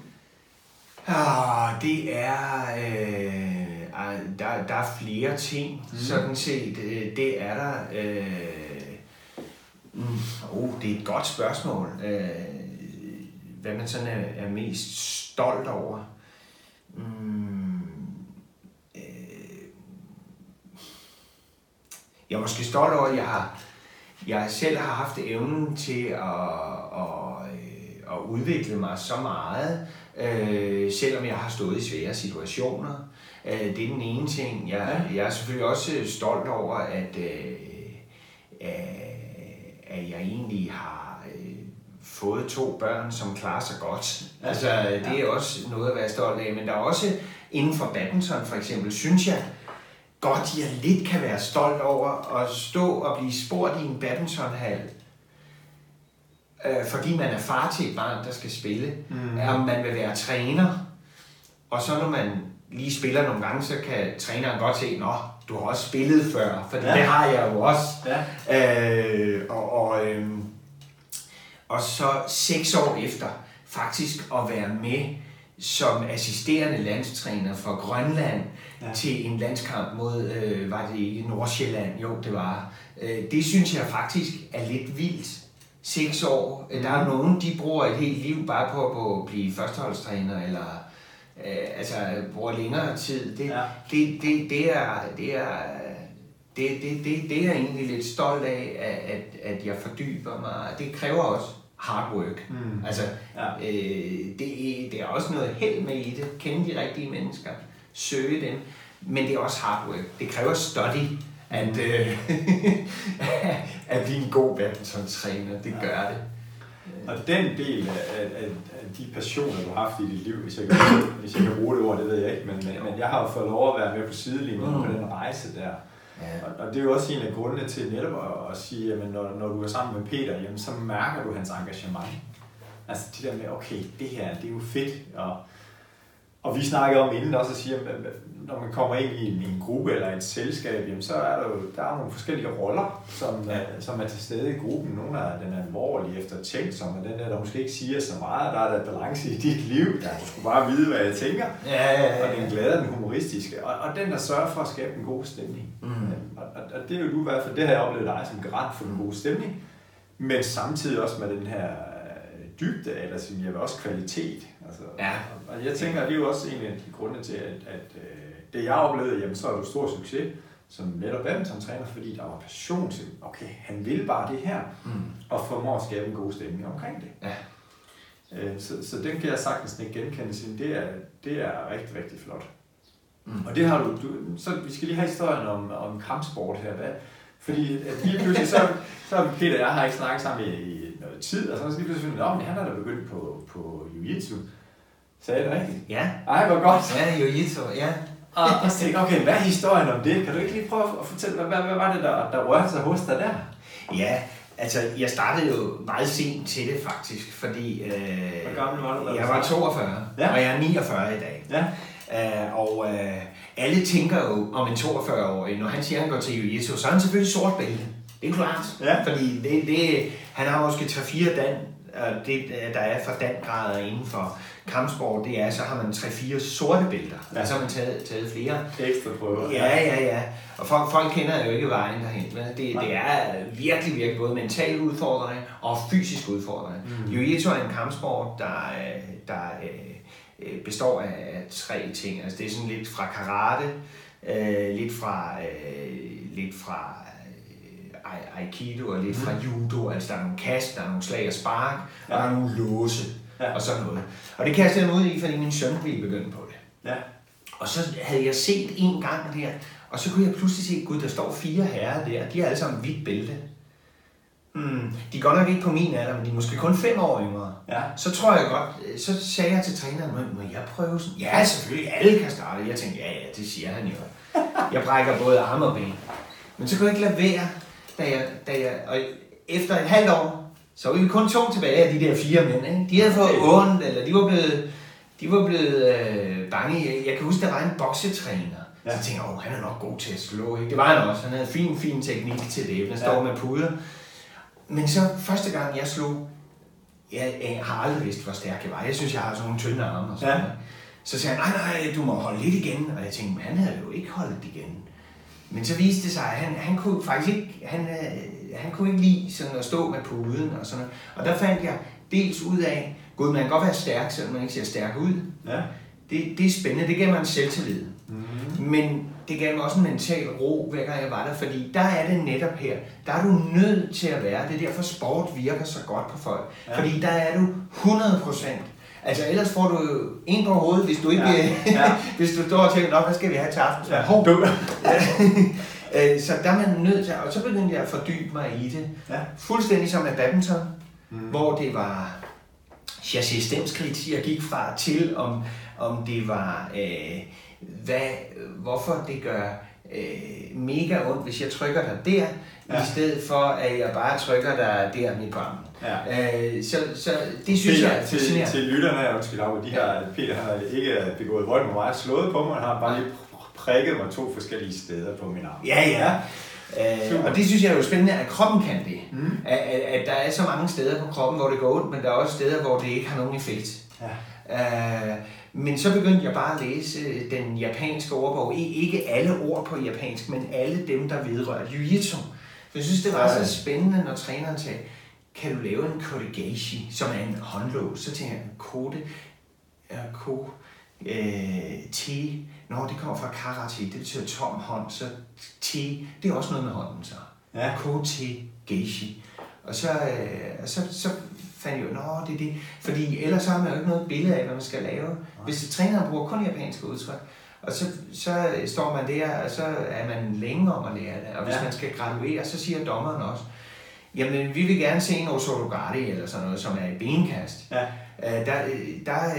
Det er, der er flere ting, sådan set. Det er der. Det er et godt spørgsmål. Hvad man sådan er mest stolt over. Jeg er måske stolt over, at jeg selv har haft evnen til at udvikle mig så meget, selvom jeg har stået i svære situationer. Det er den ene ting. Jeg er selvfølgelig også stolt over, at jeg egentlig har fået 2 børn, som klarer sig godt. Altså, det er også noget at være stolt af, men der er også inden for badminton for eksempel, synes jeg, godt jeg lidt kan være stolt over at stå og blive spurgt i en badmintonhal, fordi man er far til et barn, der skal spille, om man vil være træner. Og så når man lige spiller nogle gange, så kan træneren godt se, nå, du har også spillet før, for det har jeg jo også. Ja. Og så 6 år efter faktisk at være med som assisterende landstræner for Grønland til en landskamp mod, var det ikke Nordsjælland? Jo, det var. Det synes jeg faktisk er lidt vildt. 6 år. Der er nogen, de bruger et helt liv bare på at blive førsteholdstræner, eller bruger længere tid. Det er jeg egentlig lidt stolt af, at jeg fordyber mig. Det kræver også hard work. Det er også noget held med i det. Kende de rigtige mennesker. Søge dem. Men det er også hard work. Det kræver study at blive en god badmintontræner. Det gør det. Og den del af de passioner, du har haft i dit liv, hvis jeg kan bruge det ord, det ved jeg ikke, men jeg har jo fået lov at være med på sidelinjen på den rejse der. Ja. Og det er jo også en af grundene til netop at sige, at når du er sammen med Peter, jamen, så mærker du hans engagement. Altså det der med, okay, det her, det er jo fedt. Og vi snakkede om inden også at sige, at når man kommer ind i en gruppe eller et selskab, jamen, så er der er nogle forskellige roller, som er til stede i gruppen. Nogle af den er alvorlige eftertænksom, og den der måske ikke siger så meget. Der er der balance i dit liv. Du skulle bare vide, hvad jeg tænker. Og den glade, den humoristiske. Og den, der sørger for at skabe en god stemning. Og det er jo du i hvert fald, det har jeg oplevet dig som garant for en god stemning. Men samtidig også med den her dybde, eller som jeg vil også kvalitet. Altså, og jeg tænker, at det er jo også en af de grunde til, at det jeg oplevede, jamen, så er du stor succes som netop badmintontræner, fordi der var passion til, okay, han vil bare det her, og formår at skabe en god stemning omkring det. Ja. Så den kan jeg sagtens ikke genkende, det er rigtig, rigtig flot. Og det har du, så vi skal lige have historien om kampsport her, fordi at lige pludselig, så Peter og jeg har ikke snakket sammen i noget tid, og så lige pludselig finde, men han er da begyndt på jiu-jitsu. Sagde jeg det rigtigt? Ja. Ej, hvor godt. Ja, jiu-jitsu, ja. Og så tænkte okay, hvad er historien om det? Kan du ikke lige prøve at fortælle, hvad var det, der rørte sig hos dig der? Ja, altså jeg startede jo meget sent til det faktisk, fordi hvor gammel var du? Jeg var 42, og jeg er 49 i dag. Ja. Alle tænker jo om en 42-årig, når han siger, at han går til jiu-jitsu, så er han selvfølgelig sort bælte. Det er klart, fordi han har måske 3-4 det der er for dangrader inden for kampsport, det er, så har man 3-4 sorte bælter, og så har man taget flere. Ekstra prøver. Ja. Og folk kender jo ikke vejen derhen. Det er virkelig, virkelig både mental udfordring og fysisk udfordring. Jiu-jitsu er en kampsport, der består af 3 ting. Altså det er sådan lidt fra karate, lidt fra aikido og lidt fra judo. Altså der er nogle kast, der er nogle slag og spark, og der er nogle låse og sådan noget. Og det kastede jeg mig ud i, fordi min søn ville begynde på det. Ja. Og så havde jeg set en gang der, og så kunne jeg pludselig se, gud, der står 4 herrer der, de er alle sammen hvidt bælte. De går nok ikke på min alder, men de er måske kun 5 år yngre. Ja. Så tror jeg godt, så sagde jeg til træneren, må jeg prøve sådan? Ja, selvfølgelig, alle kan starte. Jeg tænkte, ja, det siger han jo. Jeg brækker både arme og ben. Men så kunne jeg ikke lade være, og efter et halvt år, så var vi kun 2 tilbage af de der 4 mænd. Ikke? De havde fået ondt, eller de var blevet bange. Jeg kan huske, der var en boksetræner. Så jeg tænkte, han er nok god til at slå. Ikke? Det var han også. Han havde fin teknik til det. Han står med puder. Men så første gang jeg slog, jeg har aldrig vidst, hvor stærk jeg var. Jeg synes, jeg har sådan nogle tynde arme og sådan noget. Så sagde han, nej, du må holde lidt igen. Og jeg tænkte, men han havde jo ikke holdt igen. Men så viste det sig, at han kunne faktisk ikke, han kunne ikke lide sådan at stå med puden og sådan noget. Og der fandt jeg dels ud af, gud, man kan godt være stærk, selvom man ikke ser stærk ud. Ja. Det er spændende, det gav mig en selvtillid. Men det gav mig også en mental ro, hver gang jeg var der, fordi der er det netop her. Der er du nødt til at være. Det er derfor sport virker så godt på folk. Ja. Fordi der er du 100%. Altså ellers får du jo en på hovedet, hvis du ikke, hvis du står og tænker, hvad skal vi have til aften? Så der er man nødt til, og så begyndte jeg at fordybe mig i det. Ja. Fuldstændig som med badminton, hvor det var chassé-stemskridt, jeg gik fra til, om det var, hvorfor det gør mega ondt, hvis jeg trykker dig der, i stedet for, at jeg bare trykker dig der midt på armen. Ja. Så det synes jeg er fascinerende. Til lytterne, undskyld af, Peter har ikke begået vold med mig, slået på mig, han har bare lige prikket mig 2 forskellige steder på min arm. Ja. Og det synes jeg er jo spændende, at kroppen kan det. At der er så mange steder på kroppen, hvor det går ondt, men der er også steder, hvor det ikke har nogen effekt. Ja. Men så begyndte jeg bare at læse den japanske ordbog. Ikke alle ord på japansk, men alle dem, der vedrører jiu-jitsu. For jeg synes, det var så spændende, når træneren sagde, kan du lave en kotegashi, som er en håndlås? Så tænker jeg, te. Nå, det kommer fra karate, det betyder tom hånd, så te, det er også noget med hånden så. Ja. Kotegashi. Og så fandt jeg jo, det er det. Fordi ellers har man jo ikke noget billede af, hvad man skal lave. Hvis træneren bruger kun japanske udtryk, og så står man der, og så er man længe om at lære det. Og hvis man skal graduere, så siger dommeren også, jamen, vi vil gerne se en Osorogari eller sådan noget, som er et benkast. Ja.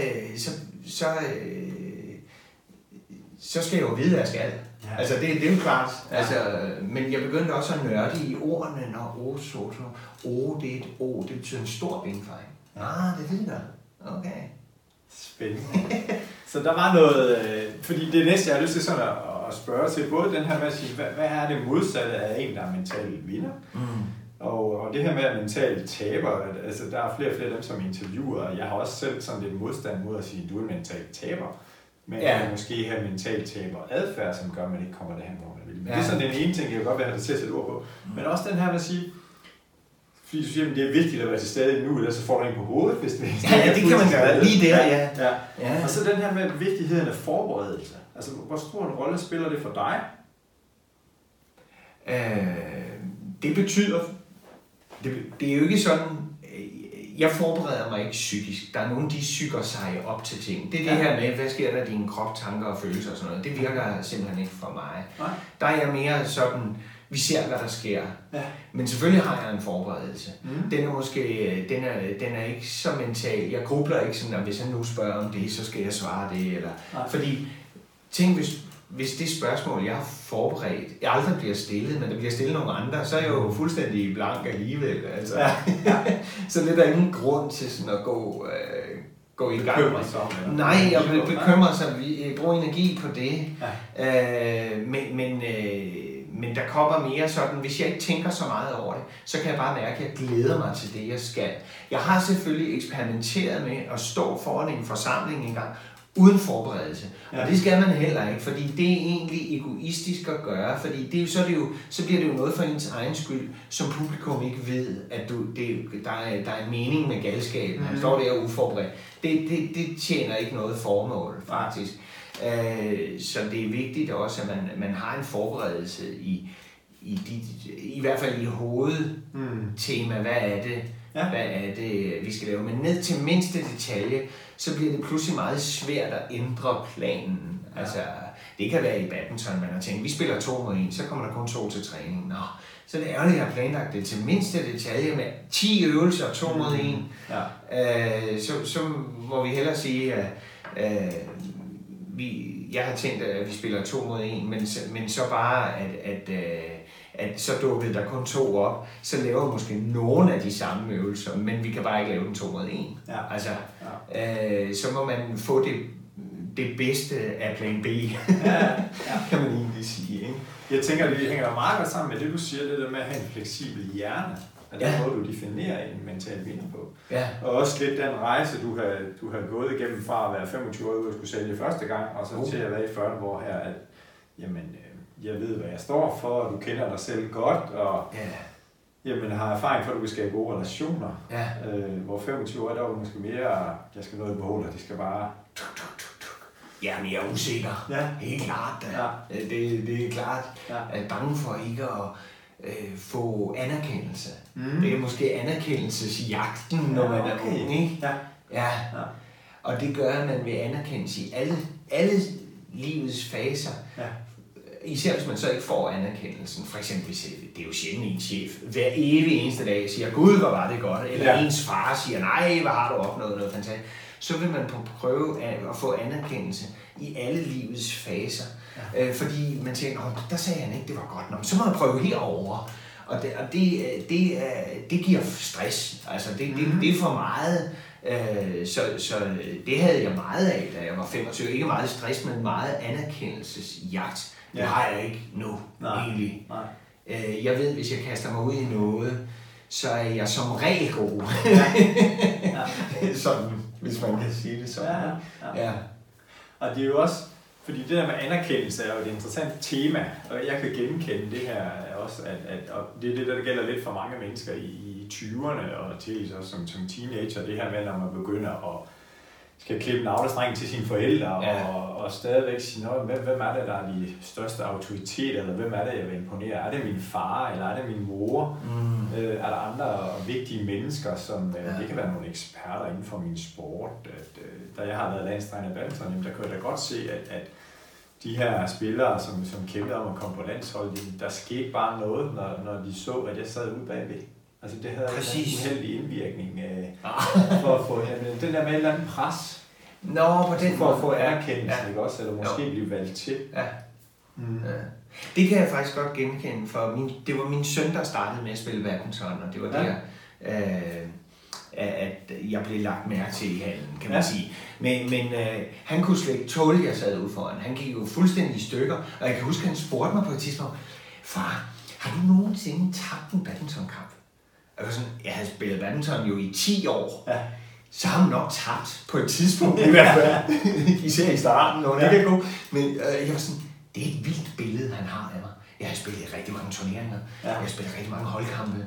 Så skal jeg jo vide, hvad jeg skal. Ja. Altså, det er jo klart. Ja. Altså, men jeg begyndte også at nørde i ordene, når det er et O, det betyder en stor benfejl. Ja. Det er det, der. Okay. Spændende. Så der var noget, fordi det næste, jeg har lyst til sådan at spørge til, både den her med at sige, hvad er det modsatte af en, der er mentalt vinder? Og det her med at mentalt taber, altså der er flere og flere af dem, som interviewer, og jeg har også selv sådan lidt modstand mod at sige, du er mentalt taber. Men måske have mentalt taber adfærd, som gør, at man ikke kommer derhen, hvor man vil. Men det er sådan den ene ting, jeg kan godt være, at det til at sætte ord på. Men også den her med at sige, fordi du siger, at det er vigtigt at være til stede nu, ellers så får du en på hovedet, hvis det er. Ja, det kan man gøre lige der, ja. Og så den her med vigtigheden af forberedelse. Altså, hvor stor en rolle spiller det for dig? Det betyder, det er jo ikke sådan, jeg forbereder mig ikke psykisk. Der er nogen, de psyker sig op til ting. Det er det her med, hvad sker der i dine krop, tanker og følelser og sådan noget. Det virker simpelthen ikke for mig. Nej. Der er jeg mere sådan, vi ser, hvad der sker. Ja. Men selvfølgelig har jeg en forberedelse. Den er måske, den er ikke så mental. Jeg grubler ikke sådan, at hvis han nu spørger om det, så skal jeg svare det. Eller. Fordi, tænk hvis det spørgsmål, jeg har forberedt, jeg aldrig bliver stillet, men der bliver stillet nogle andre, så er jeg jo fuldstændig blank alligevel. Altså. Ja. Så det er der ingen grund til sådan at gå i gang. Bekymre sig. Nej, jeg bekymrer sig. Vi bruger energi på det. Ja. Men der kommer mere sådan, hvis jeg ikke tænker så meget over det, så kan jeg bare mærke, at jeg glæder mig til det, jeg skal. Jeg har selvfølgelig eksperimenteret med at stå foran en forsamling engang, uden forberedelse. Ja. Og det skal man heller ikke, fordi det er egentlig egoistisk at gøre, fordi så bliver det jo noget for ens egen skyld, som publikum ikke ved, at der er en mening med galskaben. Han står der uforberedt. Det tjener ikke noget formål, faktisk. Så det er vigtigt også, at man har en forberedelse i hvert fald i hovedtema. Hvad er det? Ja. Hvad er det, vi skal lave? Men ned til mindste detalje, så bliver det pludselig meget svært at ændre planen. Ja. Altså, det kan være i badminton, man har tænkt, vi spiller 2 mod 1, så kommer der kun 2 til træning. Nå, så det er ærgerligt, at jeg har planlagt det til mindste detalje med 10 øvelser, 2 mod 1. Ja. Så må vi hellere sige, at jeg har tænkt, at vi spiller 2 mod 1, men så bare, at så dukkede der kun 2 op, så laver vi måske nogle af de samme øvelser, men vi kan bare ikke lave den 2 mod 1. Ja. Altså, så må man få det bedste af plan B, kan man egentlig sige. Ikke? Jeg tænker, at det hænger der meget godt sammen med det, du siger, det der med at have en fleksibel hjerne. At den måde, du definerer en mental vinder på. Ja. Og også lidt den rejse, du har gået igennem fra at være 25 år ude og skulle sælge første gang, og så til at være i 40 år her, at jamen, jeg ved, hvad jeg står for, og du kender dig selv godt, og jamen, har erfaring for, at du kan skabe gode relationer. Ja. Hvor 25 år, der var måske mere, jeg skal noget i behold, og de skal bare... Jamen, jeg er usikker. Ja. Helt klart. Ja. Det er klart, at bange for ikke at få anerkendelse. Det er måske anerkendelsesjagten, når man er ung, ikke? Ja. Og det gør, at man vil anerkendelse i alle livets faser. Ja. Især hvis man så ikke får anerkendelsen. For eksempel, hvis det er jo sjældent en chef hver evig eneste dag siger, Gud, hvor var det godt. Eller ens far siger, nej, hvor har du opnået noget fantastisk. Så vil man prøve at få anerkendelse i alle livets faser. Fordi man tænker, der sagde han ikke, det var godt nok. Så må jeg prøve herover. Og det giver stress. Altså, det er for meget. Så det havde jeg meget af, da jeg var 25. Ikke meget stress, men meget anerkendelsesjagt. Det har jeg ikke nu, egentlig. Nej. Jeg ved, hvis jeg kaster mig ud i noget, så er jeg som regel god. Sådan, hvis man kan sige det sådan. Ja. Og det er jo også, fordi det der med anerkendelse er jo et interessant tema, og jeg kan genkende det her også, og det er det, der gælder lidt for mange mennesker i 20'erne, og til også som teenager, det her med, når man begynder at skal klippe navlestrengen til sine forældre, og stadigvæk sige, hvem er det, der er de største autoriteter, eller hvem er det, jeg vil imponere? Er det min far, eller er det min mor? Er der andre vigtige mennesker, som det kan være nogle eksperter inden for min sport? Da jeg har været landstræner i badminton, der kunne jeg da godt se, at de her spillere, som kæmpede om at komme på landsholdet, der skete bare noget, når de så, at jeg sad ude bagved. Altså det havde en uheldig indvirkning for at få den der med et eller andet pres. På den for at få anerkendelse, ikke også? Eller måske blive valgt til. Ja. Det kan jeg faktisk godt genkende, for det var min søn, der startede med at spille badminton, og det var der, at jeg blev lagt mærke til i hallen, kan man sige. Men han kunne slet ikke tåle, at jeg sad ude foran. Han gik jo fuldstændig i stykker, og jeg kan huske, at han spurgte mig på et tidspunkt, far, har du nogensinde tabt en badmintonkamp? Jeg havde spillet badminton jo i 10 år. Ja. Så har man nok tabt på et tidspunkt i hvert fald. Især i starten, og det er godt. Men jeg var sådan, det er et vildt billede, han har af mig. Jeg har spillet rigtig mange turneringer. Jeg har spillet rigtig mange holdkampe.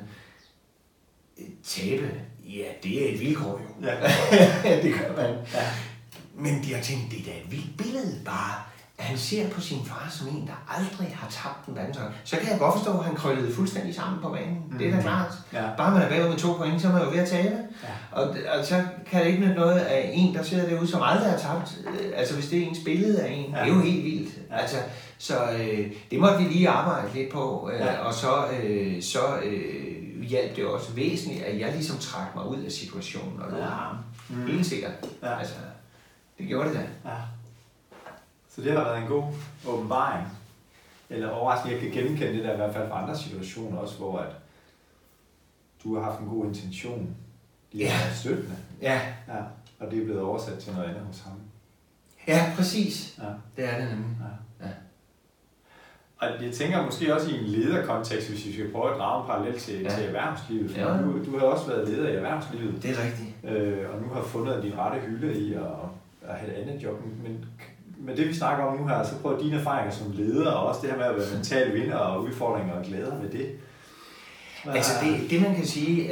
Tabe, det er et vilkår jo. Ja. Det gør man. Ja. Men de har tænkt, det er da et vildt billede bare. Han ser på sin far som en, der aldrig har tabt en badminton. Så kan jeg godt forstå, at han krøllede fuldstændig sammen på banen. Det er da klart. Ja. Bare man er bagud med 2 point, så er man jo ved at tabe. Ja. Og så kan det ikke nytte noget af en, der sidder derude, som aldrig har tabt. Altså hvis det er ens billede af en, det er jo helt vildt. Ja. Altså, så det måtte vi lige arbejde lidt på. Og så hjalp det også væsentligt, at jeg ligesom trak mig ud af situationen og lod ham. Helt sikkert. Ja. Altså, det gjorde det da. Ja. Så det har været en god åbenbaring, eller overraskende, jeg kan genkende det der i hvert fald fra andre situationer også, hvor at du har haft en god intention, de er støttende, og det er blevet oversat til noget andet hos ham. Ja, præcis. Ja. Det er det nemlig. Ja. Og jeg tænker måske også i en lederkontekst, hvis vi skal prøve at drage en parallel til erhvervslivet, for du har også været leder i erhvervslivet. Det er rigtigt. Og nu har fundet din rette hylde i at have et andet job, men med det vi snakker om nu her, så prøv dine erfaringer som leder, og også det her med at være mental vinder og udfordringer og glæder med det. Altså det man kan sige,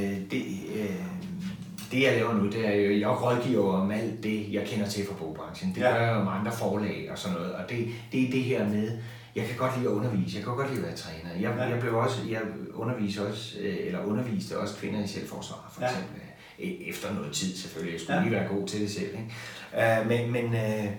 det jeg laver nu, det er jo, jeg rådgiver om alt det, jeg kender til fra bogbranchen. Det gør jeg jo med andre forlag og sådan noget, og det er det her med, jeg kan godt lide at undervise, jeg kan godt lide at være træner. Jeg underviste også kvinder i selvforsvar, for eksempel. Efter noget tid selvfølgelig, jeg skulle lige være god til det selv. Ikke?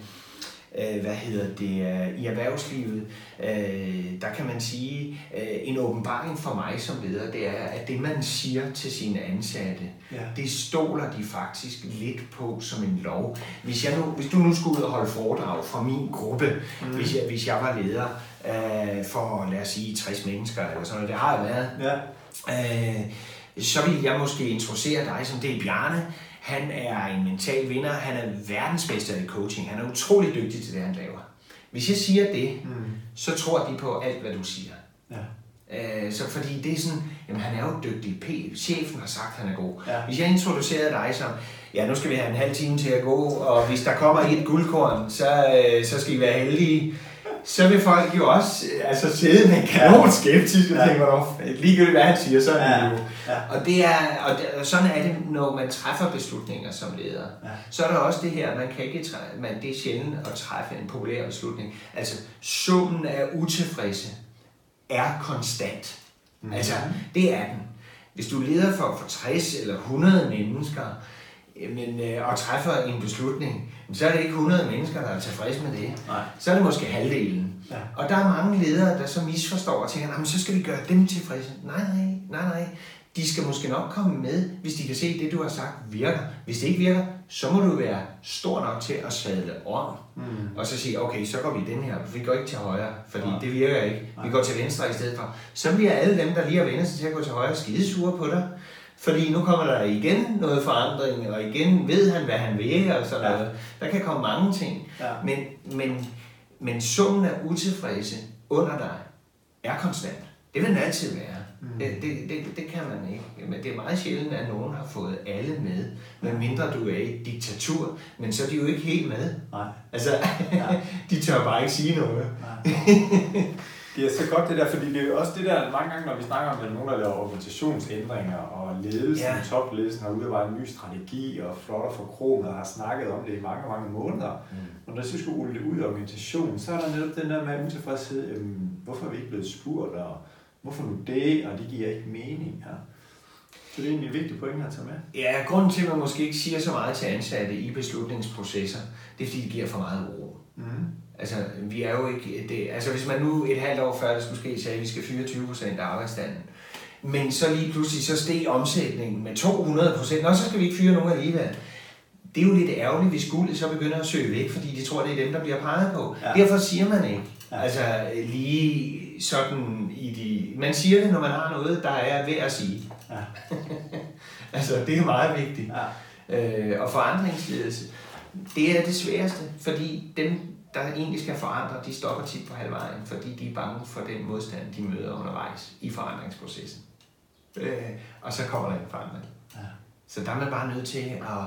I erhvervslivet, der kan man sige, en åbenbaring for mig som leder, det er, at det man siger til sine ansatte, det stoler de faktisk lidt på som en lov. Hvis du nu skulle ud og holde foredrag fra min gruppe, hvis jeg var leder for, lad os sige, 60 mennesker eller sådan noget, det har jeg været, så vil jeg måske introducere dig som det er Bjarne. Han er en mental vinder, han er verdensmester i coaching, han er utrolig dygtig til det, han laver. Hvis jeg siger det, så tror de på alt, hvad du siger. Ja. Så fordi det er sådan, jamen han er jo dygtig, chefen har sagt, at han er god. Ja. Hvis jeg introducerede dig som, nu skal vi have en halv time til at gå, og hvis der kommer et guldkorn, så skal I være heldige. Så vil folk jo også sidde med en kanon skeptisk og tænke, ligegyldigt hvad han siger, så er det jo. Ja. Og sådan er det, når man træffer beslutninger som leder. Ja. Så er der også det her, det er sjældent at træffe en populær beslutning. Altså, summen af utilfredse er konstant. Mm-hmm. Altså, det er den. Hvis du leder for 60 eller 100 mennesker, og træffer en beslutning, så er det ikke 100 mennesker, der er tilfredse med det. Nej. Så er det måske halvdelen. Ja. Og der er mange ledere, der så misforstår og tænker, så skal vi gøre dem tilfredse. Nej. De skal måske nok komme med, hvis de kan se, at det, du har sagt, virker. Hvis det ikke virker, så må du være stor nok til at sadle om, og så sige, okay, så går vi den her, vi går ikke til højre, fordi det virker ikke. Vi går til venstre i stedet for. Så bliver alle dem, der lige har vendt sig til at gå til højre, skidesure på dig. Fordi nu kommer der igen noget forandring, og igen ved han, hvad han vil, og sådan noget. Der kan komme mange ting. Ja. Men summen af utilfredse under dig er konstant. Det vil den altid være. Det kan man ikke. Men det er meget sjældent, at nogen har fået alle med mindre du er i diktatur. Men så er de jo ikke helt med. Nej. Altså, de tør bare ikke sige noget. Det er så godt det der, fordi det er jo også det der, mange gange når vi snakker om, at nogen der laver organisationsændringer, og ledelsen, topledelsen har udarbejdet en ny strategi, og flotter for kroner, og har snakket om det i mange, mange måneder. Og når så skulle rulle det ud i organisationen, så er der netop den der med utilfredshed, hvorfor er vi ikke blevet spurgt, og hvorfor nu det, og det giver ikke mening her. Så det er egentlig en vigtig pointe at tage med. Ja, grunden til, at man måske ikke siger så meget til ansatte i beslutningsprocesser, det er fordi, det giver for meget ro. Altså, vi er jo ikke det. Altså, hvis man nu et halvt år før det skulle ske, sagde, at vi skal fyre 20% af arbejdsstanden, men så lige pludselig så steg omsætningen med 200%, og så skal vi ikke fyre nogen alligevel. Det er jo lidt ærgerligt, hvis guldet så begynder at søge væk, fordi de tror, det er dem, der bliver peget på. Ja. Derfor siger man ikke. Ja. Altså, lige sådan man siger det, når man har noget, der er ved at sige. Ja. Altså, det er meget vigtigt. Ja. Og forandringsledelse, det er det sværeste, fordi dem, der egentlig skal forandre, de stopper tit på halvvejen, fordi de er bange for den modstand, de møder undervejs i forandringsprocessen. Og så kommer der en forandring. Ja. Så der er man bare nødt til at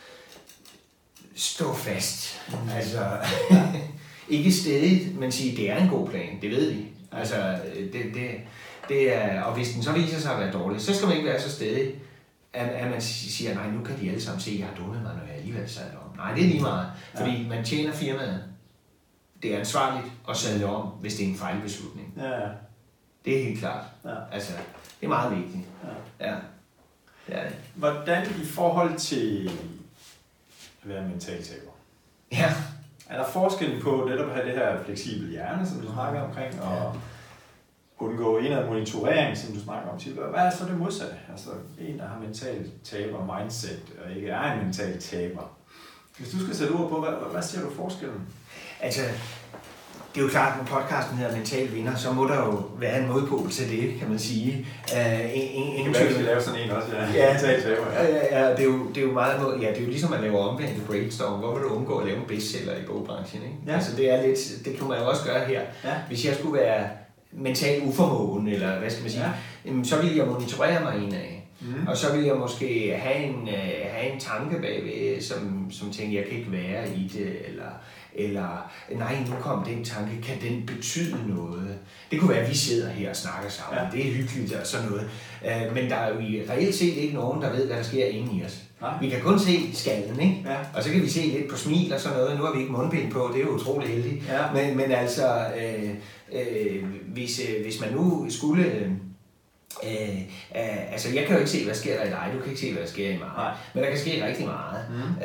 stå fast. Altså, ikke stedigt, men sige, det er en god plan, det ved vi. Altså, det er, og hvis den så viser sig at være dårlig, så skal man ikke være så stedig, at man siger, nej, nu kan de alle sammen se, at jeg har dummet mig, når jeg alligevel sadler om. Nej, det er lige meget, fordi man tjener firmaet. Det er ansvarligt at sadle om, hvis det er en fejlbeslutning. Ja. Det er helt klart. Ja. Altså, det er meget vigtigt. Ja. Det er det. Hvordan i forhold til at være mentaltaber? Ja. Er der forskel på netop at have det her fleksible hjerne, som du snakker omkring, og undgå indad monitorering, som du snakker om? Hvad er så det modsatte? Altså en, der har mental taber mindset, og ikke er en mental taber. Hvis du skal sætte ord på, hvad ser du forskellen? Altså, det er jo klart, når podcasten hedder Mental Vinder, så må der jo være en modpol til det, kan man sige. Vi skal lave sådan en også, mental taber. Ja, det er jo meget, det er jo ligesom at lave omvendte brainstorm. Hvor vil du undgå at lave en bestseller i bogbranchen, ikke? Ja. Altså, det er lidt, det kan man jo også gøre her. Ja. Hvis jeg skulle være mental uformåen, eller hvad skal man sige, så ville jeg monitorere mig en af. Og så ville jeg måske have en tanke bagved, som tænker, jeg kan ikke være i det, eller nej, nu kom den tanke, kan den betyde noget? Det kunne være, at vi sidder her og snakker sammen, det er hyggeligt og sådan noget. Men der er jo reelt set ikke nogen, der ved, hvad der sker inde i os. Vi kan kun se skallen, ikke? Ja. Og så kan vi se lidt på smil og sådan noget. Nu har vi ikke mundbind på, det er jo utroligt heldigt. Ja. Men altså, hvis man nu skulle... altså jeg kan jo ikke se, hvad sker der i dig, du kan ikke se, hvad der sker i mig. Nej. Men der kan ske rigtig meget.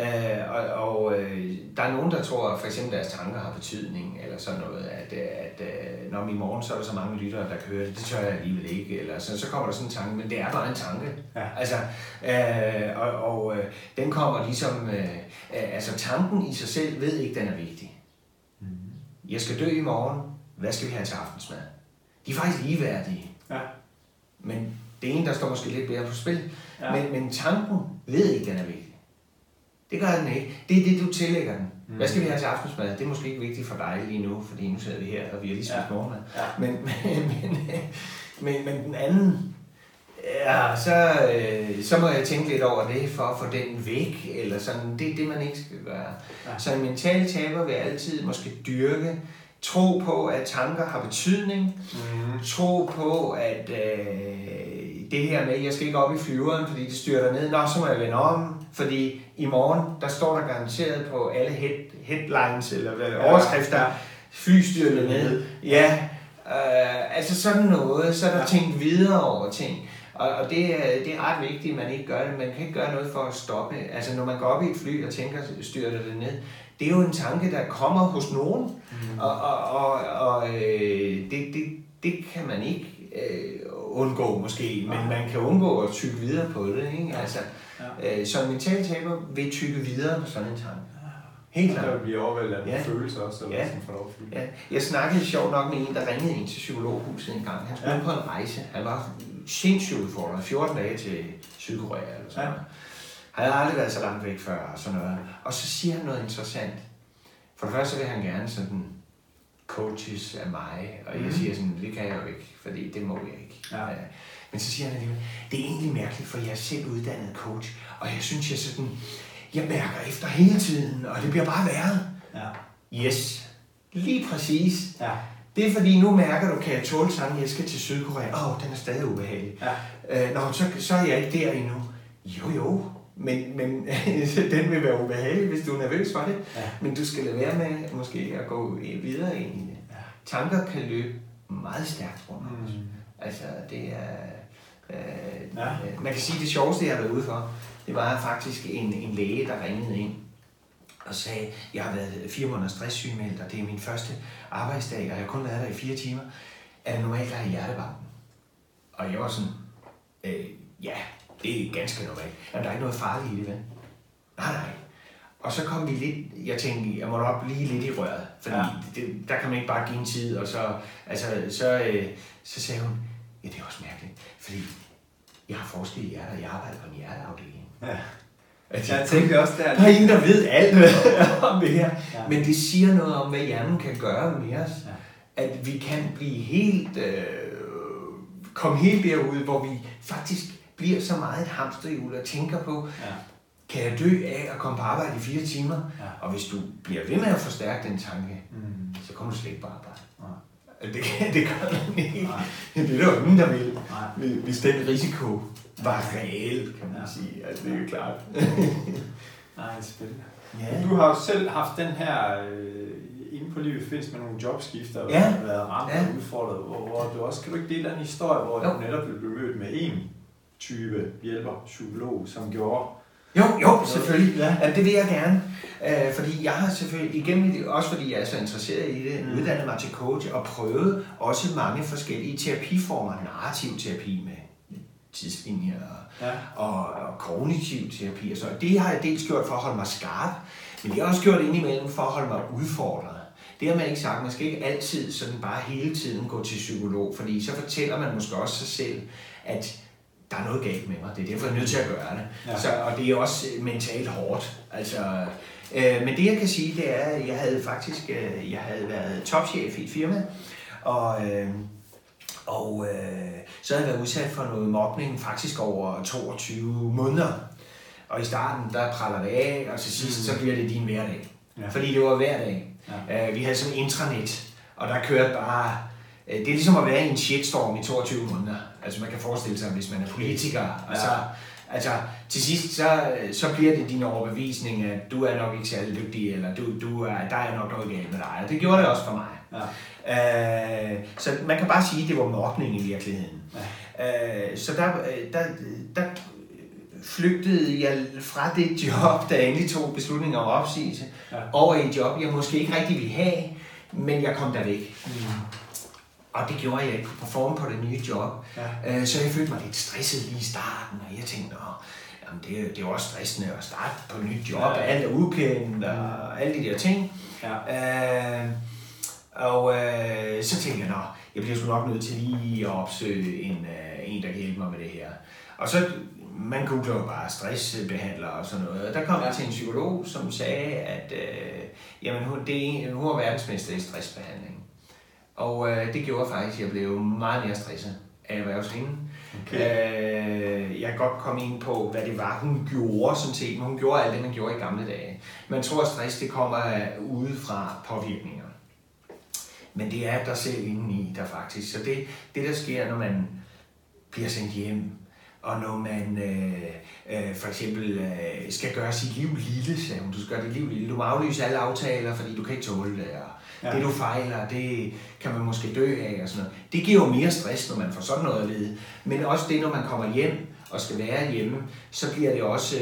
Der er nogen, der tror, for eksempel deres tanker har betydning, eller sådan noget, at når i morgen så er der så mange lyttere, der kan høre det, det tør jeg alligevel ikke, eller så kommer der sådan en tanke, men det er bare en tanke. Ja. Altså, den kommer ligesom, altså tanken i sig selv ved ikke, den er vigtig. Jeg skal dø i morgen, hvad skal vi have til aftensmad? De er faktisk ligeværdige. Ja. Men det ene, der står måske lidt bedre på spil. Ja. Men tanken ved ikke, den er vigtig. Det gør den ikke. Det er det, du tillægger den. Hvad skal vi have til aftensmad? Det er måske ikke vigtigt for dig lige nu, fordi nu sidder vi her, og vi har lige spist morgenmad. Ja. Men den anden, så må jeg tænke lidt over det, for at få den væk, eller sådan. Det er det, man ikke skal gøre. Ja. Så en mental taber vil altid måske dyrke, tro på, at tanker har betydning. Tro på, at det her med, jeg skal ikke op i flyveren, fordi det styrter ned. Nå, så må jeg vende om, fordi i morgen, der står der garanteret på alle headlines eller overskrifter, fly styrter ned. Ja, altså sådan noget, så er der tænkt videre over ting. Og det er ret vigtigt, at man ikke gør det. Man kan ikke gøre noget for at stoppe. Altså når man går op i et fly og tænker, styrter det ned, det er jo en tanke, der kommer hos nogen, og det kan man ikke undgå måske, men man kan undgå at tygge videre på det, ikke? Altså, så en mental taber vil tygge videre på sådan en tanke. Helt klart. Der vil blive overvældet af følelser også, eller sådan for lov. Ja. Jeg snakkede sjovt nok med en, der ringede ind til psykologhuset en gang. Han skulle på en rejse. Han var sindssygt udfordret. 14 dage til Sydkorea eller sådan noget. Han havde aldrig været så langt væk før og sådan noget. Og så siger han noget interessant. For det første vil han gerne sådan coaches af mig, og jeg siger sådan, det kan jeg jo ikke, fordi det må jeg ikke. Ja. Men så siger han alligevel, det er egentlig mærkeligt, for jeg er selv uddannet coach, og jeg synes, jeg mærker efter hele tiden, og det bliver bare værre. Ja. Yes, lige præcis. Ja. Det er fordi, nu mærker du, kan jeg tåle sådan, jeg skal til Sydkorea. Den er stadig ubehagelig. Ja. Så er jeg ikke der endnu. Jo. Men den vil være ubehagelig, hvis du er nervøs for det. Ja. Men du skal lade være med måske at gå videre ind i det. Ja. Tanker kan løbe meget stærkt rundt os. Altså, det er... man kan sige, det sjoveste, jeg har været ude for, det var faktisk en læge, der ringede ind og sagde, jeg har været 4 måneder stresssygemeldt, og det er min første arbejdsdag, og jeg har kun været der i 4 timer. Er det normalt at have hjertebanken? Og jeg var sådan, ja, det er ganske normalt. Jamen, der er ikke noget farligt i det, vel? Nej. Og så kom vi lidt, jeg tænkte, jeg må nok blive lidt i røret, fordi der kan man ikke bare give en tid, og så sagde hun, ja, det er også mærkeligt, fordi jeg har forsket i hjertet, og jeg arbejder på en hjerteafdeling. Ja. Jeg tænkte også, der er ingen, der ved alt om det her, men det siger noget om, hvad hjernen kan gøre med os, at vi kan blive helt, komme helt derud, hvor vi faktisk bliver så meget et hamsterhjul og tænker på, kan jeg dø af at komme på arbejde i 4 timer? Ja. Og hvis du bliver ved med at forstærke den tanke, så kommer du slet ikke på arbejde. Det gør man ikke. Det er der jo ingen, der vil. Hvis den risiko var reel, kan man sige. Altså, det er jo klart. Nej, spændende. Ja. Du har jo selv haft den her inde på livet findes med nogle jobskifter, og har været ramt og udfordret, hvor du også, kan du ikke dele en historie, hvor du netop blev mødt med en type hjælper, psykolog, som gjorde... Jo, selvfølgelig. Ja, det vil jeg gerne. Fordi jeg har selvfølgelig, igennem også fordi jeg er så interesseret i det, uddannet mig til coach og prøvet også mange forskellige terapiformer, narrativ terapi med tidslinjer og kognitiv terapi og så. Det har jeg dels gjort for at holde mig skarp, men det har også gjort indimellem for at holde mig udfordret. Det har man ikke sagt. Man skal ikke altid sådan bare hele tiden gå til psykolog, fordi så fortæller man måske også sig selv, at der er noget galt med mig. Det er derfor, jeg er nødt til at gøre det. Ja. Og det er også mentalt hårdt. Altså, men det, jeg kan sige, det er, at jeg havde været topchef i et firma, og så havde jeg været udsat for noget mobning faktisk over 22 måneder. Og i starten, der praller det af, og til sidst, så bliver det din hverdag. Ja. Fordi det var hver dag. Ja. Vi havde sådan en intranet, og der kørte bare... Det er ligesom at være i en shitstorm i 22 måneder. Altså man kan forestille sig, hvis man er politiker. Altså til sidst, så bliver det din overbevisning, at du er nok ikke særlig dygtig, eller der er nok noget galt med dig. Og det gjorde det også for mig. Ja. Så man kan bare sige, at det var mobning i virkeligheden. Ja. Så der flygtede jeg fra det job, der endelig tog beslutninger om opsigelse, over i et job, jeg måske ikke rigtig ville have, men jeg kom der væk. Og det gjorde jeg ikke på performe på det nye job. Ja. Så jeg følte mig lidt stresset lige i starten, og jeg tænkte, det er jo også stressende at starte på et nyt job, alt er ukendt og alle de der ting. Ja. Så tænkte jeg, jeg bliver sgu nok nødt til lige at opsøge en, der kan hjælpe mig med det her. Og så, man googler jo bare stressbehandler og sådan noget. Og der kom jeg til en psykolog, som sagde, at hun var verdensmester i stressbehandling. Og det gjorde faktisk, at jeg blev meget mere stresset af at være hos hende. Okay. Jeg kan godt komme ind på, hvad det var, hun gjorde sådan set. Men hun gjorde alt det, man gjorde i gamle dage. Man tror, at stress det kommer udefra påvirkninger. Men det er der selv indeni, der faktisk. Så det der sker, når man bliver sendt hjem, og når man for eksempel skal gøre sit liv lille, så du skal gøre dit liv lille. Du må aflyse alle aftaler, fordi du kan ikke tåle det. Det du fejler, det kan man måske dø af og sådan noget. Det giver jo mere stress, når man får sådan noget at vide. Men også det, når man kommer hjem og skal være hjemme, så bliver det også,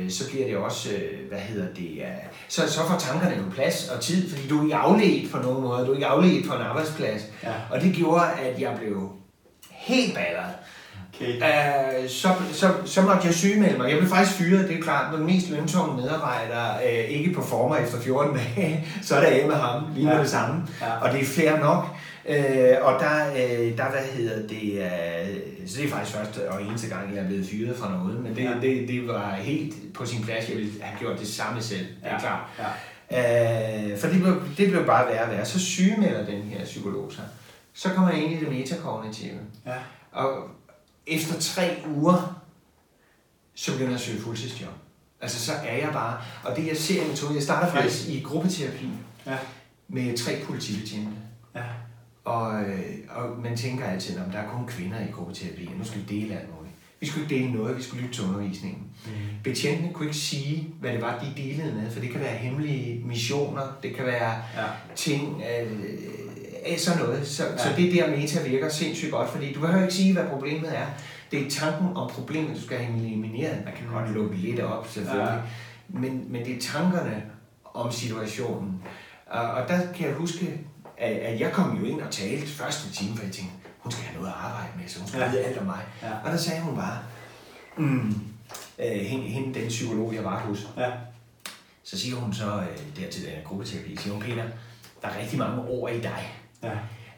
så får tankerne jo plads og tid, fordi du er ikke afledt på nogen måde, du er ikke afledt på en arbejdsplads. Ja. Og det gjorde, at jeg blev helt balleret. Okay. Så måtte jeg sygemelde mig. Jeg blev faktisk fyret, det er klart. Når den mest løntunge medarbejder ikke performer efter 14 dage, så er det af med ham, lige med det samme. Ja. Og det er fair nok. Og der hvad hedder det, så det er faktisk første og eneste gang, jeg er blevet fyret fra noget, men det var helt på sin plads, jeg ville have gjort det samme selv, det er klart. Ja. For det blev bare værre og værre. Så sygemelder den her psykolog sig. Så kommer jeg ind i det metakognitive. Ja. Og efter 3 uger, så begynder jeg at søge fuldtidsjob. Altså så er jeg bare, og det jeg ser i metoden, jeg starter faktisk i gruppeterapi med 3 politibetjente. Ja. Og man tænker altid, at der er kun kvinder i gruppeterapi, nu skal vi dele alt muligt. Vi skulle ikke dele noget, vi skulle lytte til undervisningen. Betjentene kunne ikke sige, hvad det var, de delede med, for det kan være hemmelige missioner, det kan være ting sådan noget. Så det der meta virker sindssygt godt, fordi du behøver ikke sige, hvad problemet er. Det er tanken om problemet, du skal have elimineret. Man kan godt lukke lidt op, selvfølgelig. Men det er tankerne om situationen. Og der kan jeg huske, at jeg kom jo ind og talte første time, for jeg tænkte, hun skal have noget at arbejde med, så hun skal vide alt om mig. Ja. Og der sagde hun bare, hende den psykolog, jeg var hos, så siger hun så der til den her gruppeterapi, siger hun, Peter, der er rigtig mange ord i dig. Ja.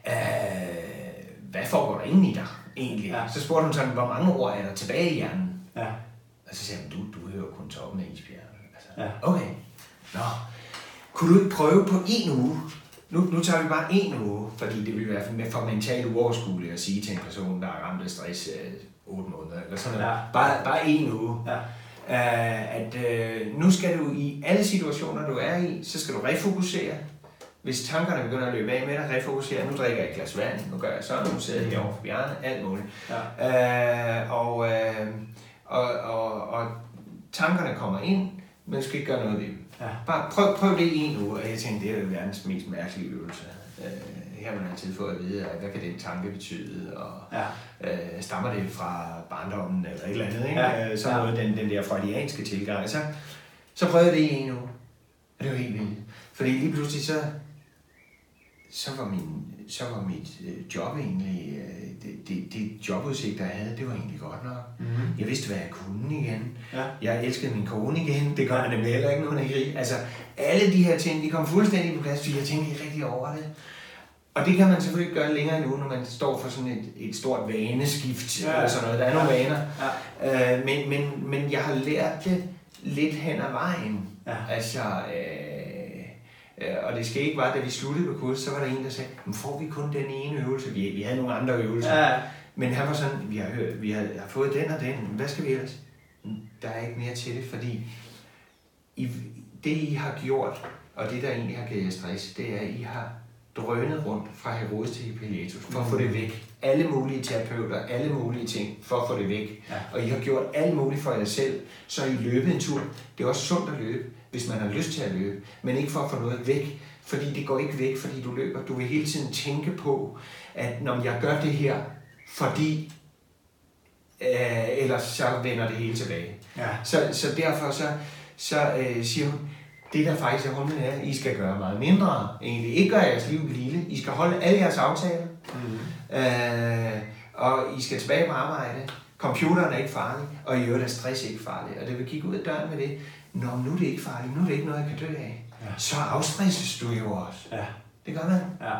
Hvad foregår der inde i dig egentlig? Ja. Så spurgte hun sådan, hvor mange ord er der tilbage i hjernen? Ja. Og så sagde hun, du hører kun toppen af isbjerget. Altså, okay. Nå, kunne du ikke prøve på 1 uge? Nu tager vi bare 1 uge, fordi det vil være for mentalt uoverskueligt at sige til en person, der er ramt af stress 8 måneder eller sådan noget. Bare 1 uge. Ja. Nu skal du i alle situationer, du er i, så skal du refokusere. Hvis tankerne begynder at løbe af med dig, refokusere. Nu drikker jeg et glas vand, nu gør jeg sådan, nu sidder jeg herovre for Bjarne, alt muligt. Ja. Og tankerne kommer ind, men du skal ikke gøre noget ved dem. Ja. Bare prøv det i 1 uge, og jeg tænkte, det er jo verdens mest mærkelige øvelse. Her har man altid fået at vide, hvad kan den tanke betyde, og stammer det fra barndommen eller et eller andet, ikke? Så noget den der freudianske tilgang. Så prøvede jeg det i 1 uge, og det var helt vildt. Fordi lige pludselig så var mit job egentlig, det jobudsigt, jeg havde, det var egentlig godt nok. Mm-hmm. Jeg vidste, hvad jeg kunne igen. Ja. Jeg elskede min kone igen, det gør jeg nemlig heller ikke, når man er i. Altså, alle de her ting, de kom fuldstændig på plads, fordi jeg tænkte ikke rigtig over det. Og det kan man selvfølgelig ikke gøre længere nu, når man står for sådan et stort vaneskift, eller sådan noget. Der er nogle vaner. Ja. Men jeg har lært det lidt hen ad vejen. Ja. Altså, og det skal ikke være, da vi sluttede på kurset, så var der en, der sagde, men får vi kun den ene øvelse? Vi havde nogle andre øvelser. Ja. Men han var sådan, vi har fået den og den, hvad skal vi ellers? Der er ikke mere til det, fordi det I har gjort, og det der egentlig har givet jer stress, det er, at I har drønet rundt fra Herodes til Hippolytus for at få det væk. Alle mulige terapeuter, alle mulige ting for at få det væk. Ja. Og I har gjort alt muligt for jer selv, så I løbet en tur. Det er også sundt at løbe, hvis man har lyst til at løbe, men ikke for at få noget væk. Fordi det går ikke væk, fordi du løber. Du vil hele tiden tænke på, at når jeg gør det her, fordi ellers så vender det hele tilbage. Ja. Så derfor så siger hun, det der faktisk er hunden er, I skal gøre meget mindre egentlig. Ikke gøre jeres liv lille. I skal holde alle jeres aftaler. Mm-hmm. Og I skal tilbage på arbejde. Computeren er ikke farlig, og i øvrigt er stress ikke farlig. Og det vil kigge ud af døren med det. Nå, nu er det ikke farligt. Nu er det ikke noget, jeg kan dø af. Ja. Så afstresses du jo også. Ja. Det gør man. Ja.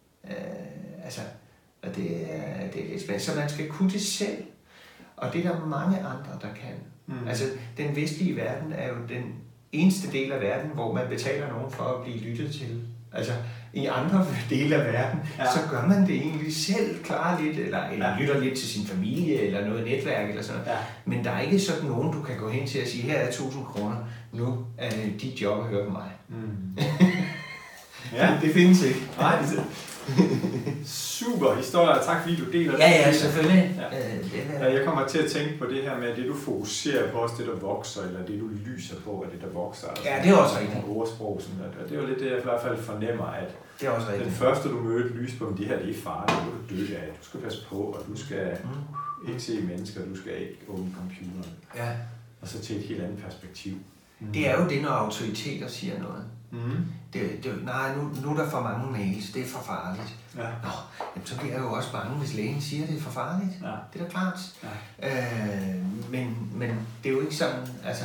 Og det er lidt spændende. Så man skal kunne det selv. Og det er der mange andre, der kan. Mm. Altså, den vestlige verden er jo den eneste del af verden, hvor man betaler nogen for at blive lyttet til. Altså, i andre dele af verden, så gør man det egentlig selv, klarer lidt, eller lytter lidt til sin familie, eller noget netværk, eller sådan noget. Ja. Men der er ikke sådan nogen, du kan gå hen til og sige, her er 1000 kroner, nu er det dit job at høre på mig. Mm. Det findes ikke. Nej, super historie, tak fordi du deler det. Ja, selvfølgelig. Ja. Jeg kommer til at tænke på det her med, at det du fokuserer på, også det der vokser, eller det du lyser på, er det der vokser. Altså, ja, det er også rigtigt. Ordsprog, sådan og det er jo lidt det, jeg i hvert fald fornemmer, at det er også rigtigt. Den første du møder et lys på, de her, det er farligt, du dø af, du skal passe på, og du skal ikke se mennesker, du skal ikke åbne computeren. Ja. Og så til et helt andet perspektiv. Det er jo det, når autoriteter siger noget. Mm. Nej, nu er der for mange mails, det er for farligt. Ja. Nå, jamen, så bliver jeg jo også bange, hvis lægen siger, det er for farligt. Ja. Det er da klart. Ja. Men det er jo ikke sådan, altså,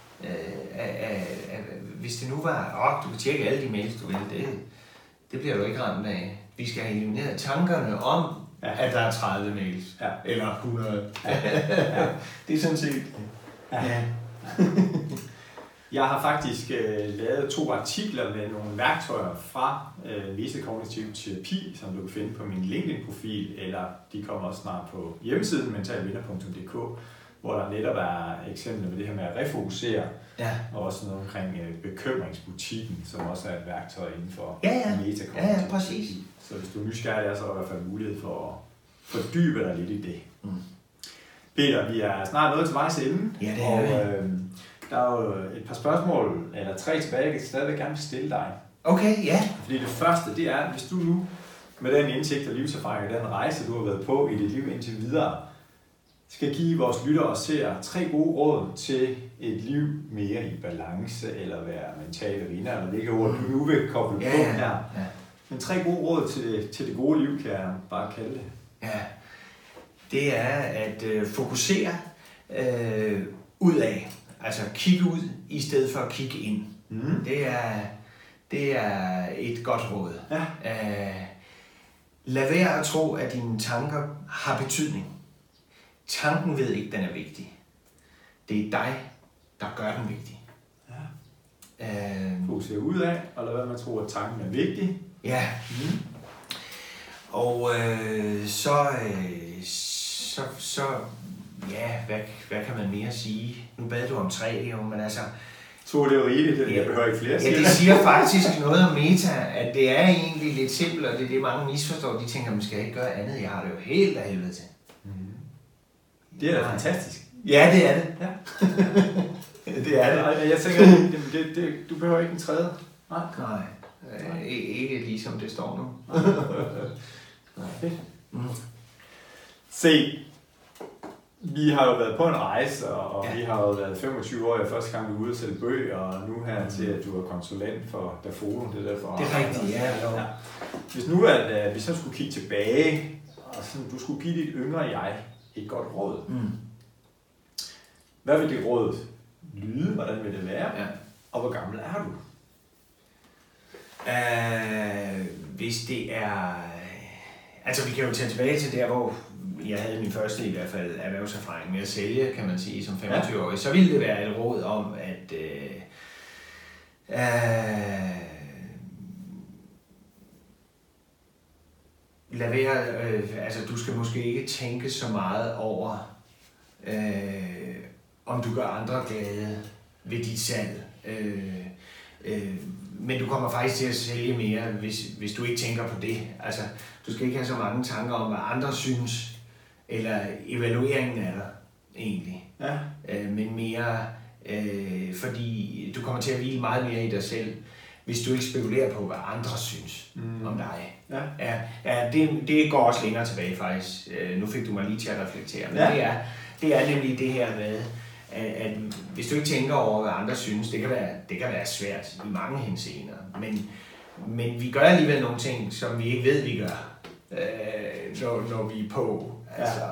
hvis det nu var, du kan tjekke alle de mails, du vil, det bliver du ikke ramt af. Vi skal have elimineret tankerne om, at der er 30 mails. Ja. Eller 100. Ja. Det er sådan set. Ja. Jeg har faktisk lavet 2 artikler med nogle værktøjer fra metakognitiv terapi, som du kan finde på min LinkedIn-profil, eller de kommer også snart på hjemmesiden mentalvinder.dk, hvor der netop er eksempler med det her med at refokusere, og også noget omkring bekymringsbutikken, som også er et værktøj inden for metakognitiv Ja, præcis. Så hvis du er nysgerrig, så er der i hvert fald mulighed for at fordybe dig lidt i det. Mm. Peter, vi er snart nået til vejs ende, ja, det er der er jo et par spørgsmål, eller 3 tilbage, jeg stadigvæk gerne vil stille dig. Okay, ja. Fordi det første, det er, hvis du nu, med den indsigt og livserfaring og den rejse, du har været på i dit liv indtil videre, skal give vores lyttere og seere 3 gode råd til et liv mere i balance, eller være mentale vinder, eller hvilke ord du nu vil koble på her. Ja. Men 3 gode råd til det gode liv, kan jeg bare kalde det. Ja, det er at fokusere udad. Altså kigge ud, i stedet for at kigge ind. Mm. Det er et godt råd. Ja. Lad være at tro, at dine tanker har betydning. Tanken ved ikke, den er vigtig. Det er dig, der gør den vigtig. Ja. Fokusere udad, og lad være med at tro, at tanken er vigtig. Ja. Mm. Og så ja, hvad kan man mere sige? Nu bad du om 3, jo, men altså... 2 det er jo rigeligt, jeg behøver ikke flere. Ja, det siger faktisk noget om meta, at det er egentlig lidt simpelt, og det er det, mange misforstår. De tænker, man skal ikke gøre andet. Jeg har det jo helt af helvede til. Mm. Det er da fantastisk. Ja, det er det. Ja. Det er det. Jeg tænker, du behøver ikke en 3. Nej. Ikke ligesom det står nu. Nej. Mm. Se, vi har jo været på en rejse, og vi har jo været 25 år, første gang vi er ude at sælge bøger, og nu her til, at du er konsulent for Dafolo. Det er derfor. Det er rigtigt, ja. Hvis nu, at vi så skulle kigge tilbage, og sådan, du skulle give dit yngre jeg et godt råd. Mm. Hvad vil det råd lyde? Hvordan vil det være? Ja. Og hvor gammel er du? Hvis det er... Altså, vi kan jo tage tilbage til der, hvor jeg havde min første i hvert fald erhvervserfaring med at sælge, kan man sige, som 25-årig. Så ville det være et råd om, at lad være, altså du skal måske ikke tænke så meget over, om du gør andre glade ved dit salg. Men du kommer faktisk til at sælge mere, hvis du ikke tænker på det. Altså, du skal ikke have så mange tanker om, hvad andre synes, eller evalueringen af dig, egentlig. Ja. Men mere, fordi du kommer til at hvile meget mere i dig selv, hvis du ikke spekulerer på, hvad andre synes om dig. Ja, det går også længere tilbage, faktisk. Nu fik du mig lige til at reflektere. Men det er nemlig det her med, at hvis du ikke tænker over, hvad andre synes, det kan være svært i mange henseender. Men vi gør alligevel nogle ting, som vi ikke ved, vi gør, når vi er på. Altså,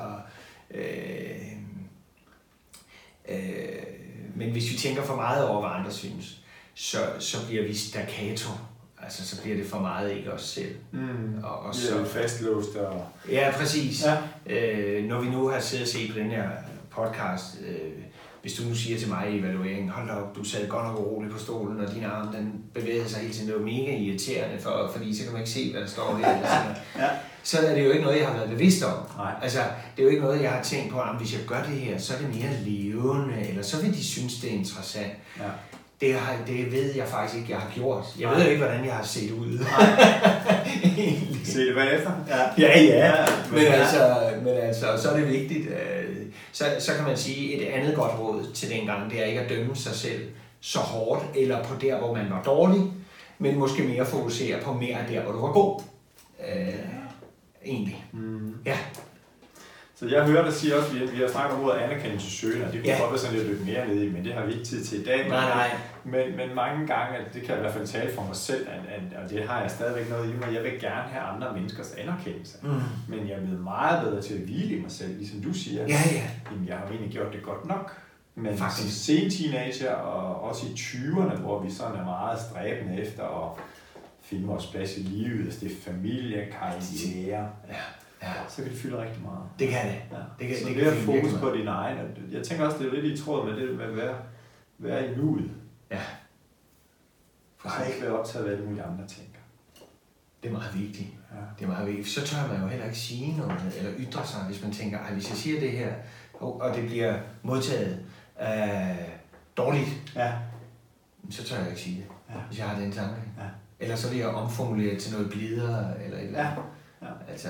men hvis vi tænker for meget over, hvad andre synes, så bliver vi staccato. Altså, så bliver det for meget ikke os selv. Og så er fastlåst. Og... Ja, præcis. Ja. Når vi nu har siddet og set på den her podcast, hvis du nu siger til mig i evalueringen, hold op, du sad godt nok uroligt på stolen, og din arm den bevægede sig hele tiden, det var mega irriterende, fordi så kan man ikke se, hvad der står der. Så er det jo ikke noget, jeg har været bevidst om. Nej. Altså, det er jo ikke noget, jeg har tænkt på, at hvis jeg gør det her, så er det mere levende, eller så vil de synes, det er interessant. Ja. Det ved jeg faktisk ikke, jeg har gjort. Jeg ved jo ikke, hvordan jeg har set ud. Se det bagefter? Ja. Men altså, så er det vigtigt. Så kan man sige, et andet godt råd til den gang, det er ikke at dømme sig selv så hårdt, eller på der, hvor man var dårlig, men måske mere fokusere på mere der, hvor du var god. Egentlig. Ja. Så jeg hører dig sige også, at vi har snakket om ordet anerkendelsessøgende, og det kunne godt være sådan lidt mere ned i, men det har vi ikke tid til i dag. Nej. Men mange gange, det kan jeg i hvert fald tale for mig selv, og det har jeg stadigvæk noget i mig, jeg vil gerne have andre menneskers anerkendelse. Men jeg er blevet meget bedre til at hvile i mig selv, ligesom du siger. Jamen, jeg har egentlig gjort det godt nok. Men som sen teenager og også i 20'erne, hvor vi sådan er meget stræbende efter at finde vores plads i livet, det er familie, karriere, så kan det fylde rigtig meget. Det kan det. Så det er fokus på din egen. Jeg tænker også, det er lidt i tråd med det med at være i nuet. Ja. For så ikke være optaget af, hvad de mulige andre tænker. Det er meget vigtigt. Det er meget vigtigt. Så tør man jo heller ikke sige noget, eller ytre sig, hvis man tænker, hvis jeg siger det her, og det bliver modtaget dårligt, så tør jeg ikke sige det, hvis jeg har den tanke. Eller så vil jeg omformulere til noget blidere, eller et eller andet. Altså,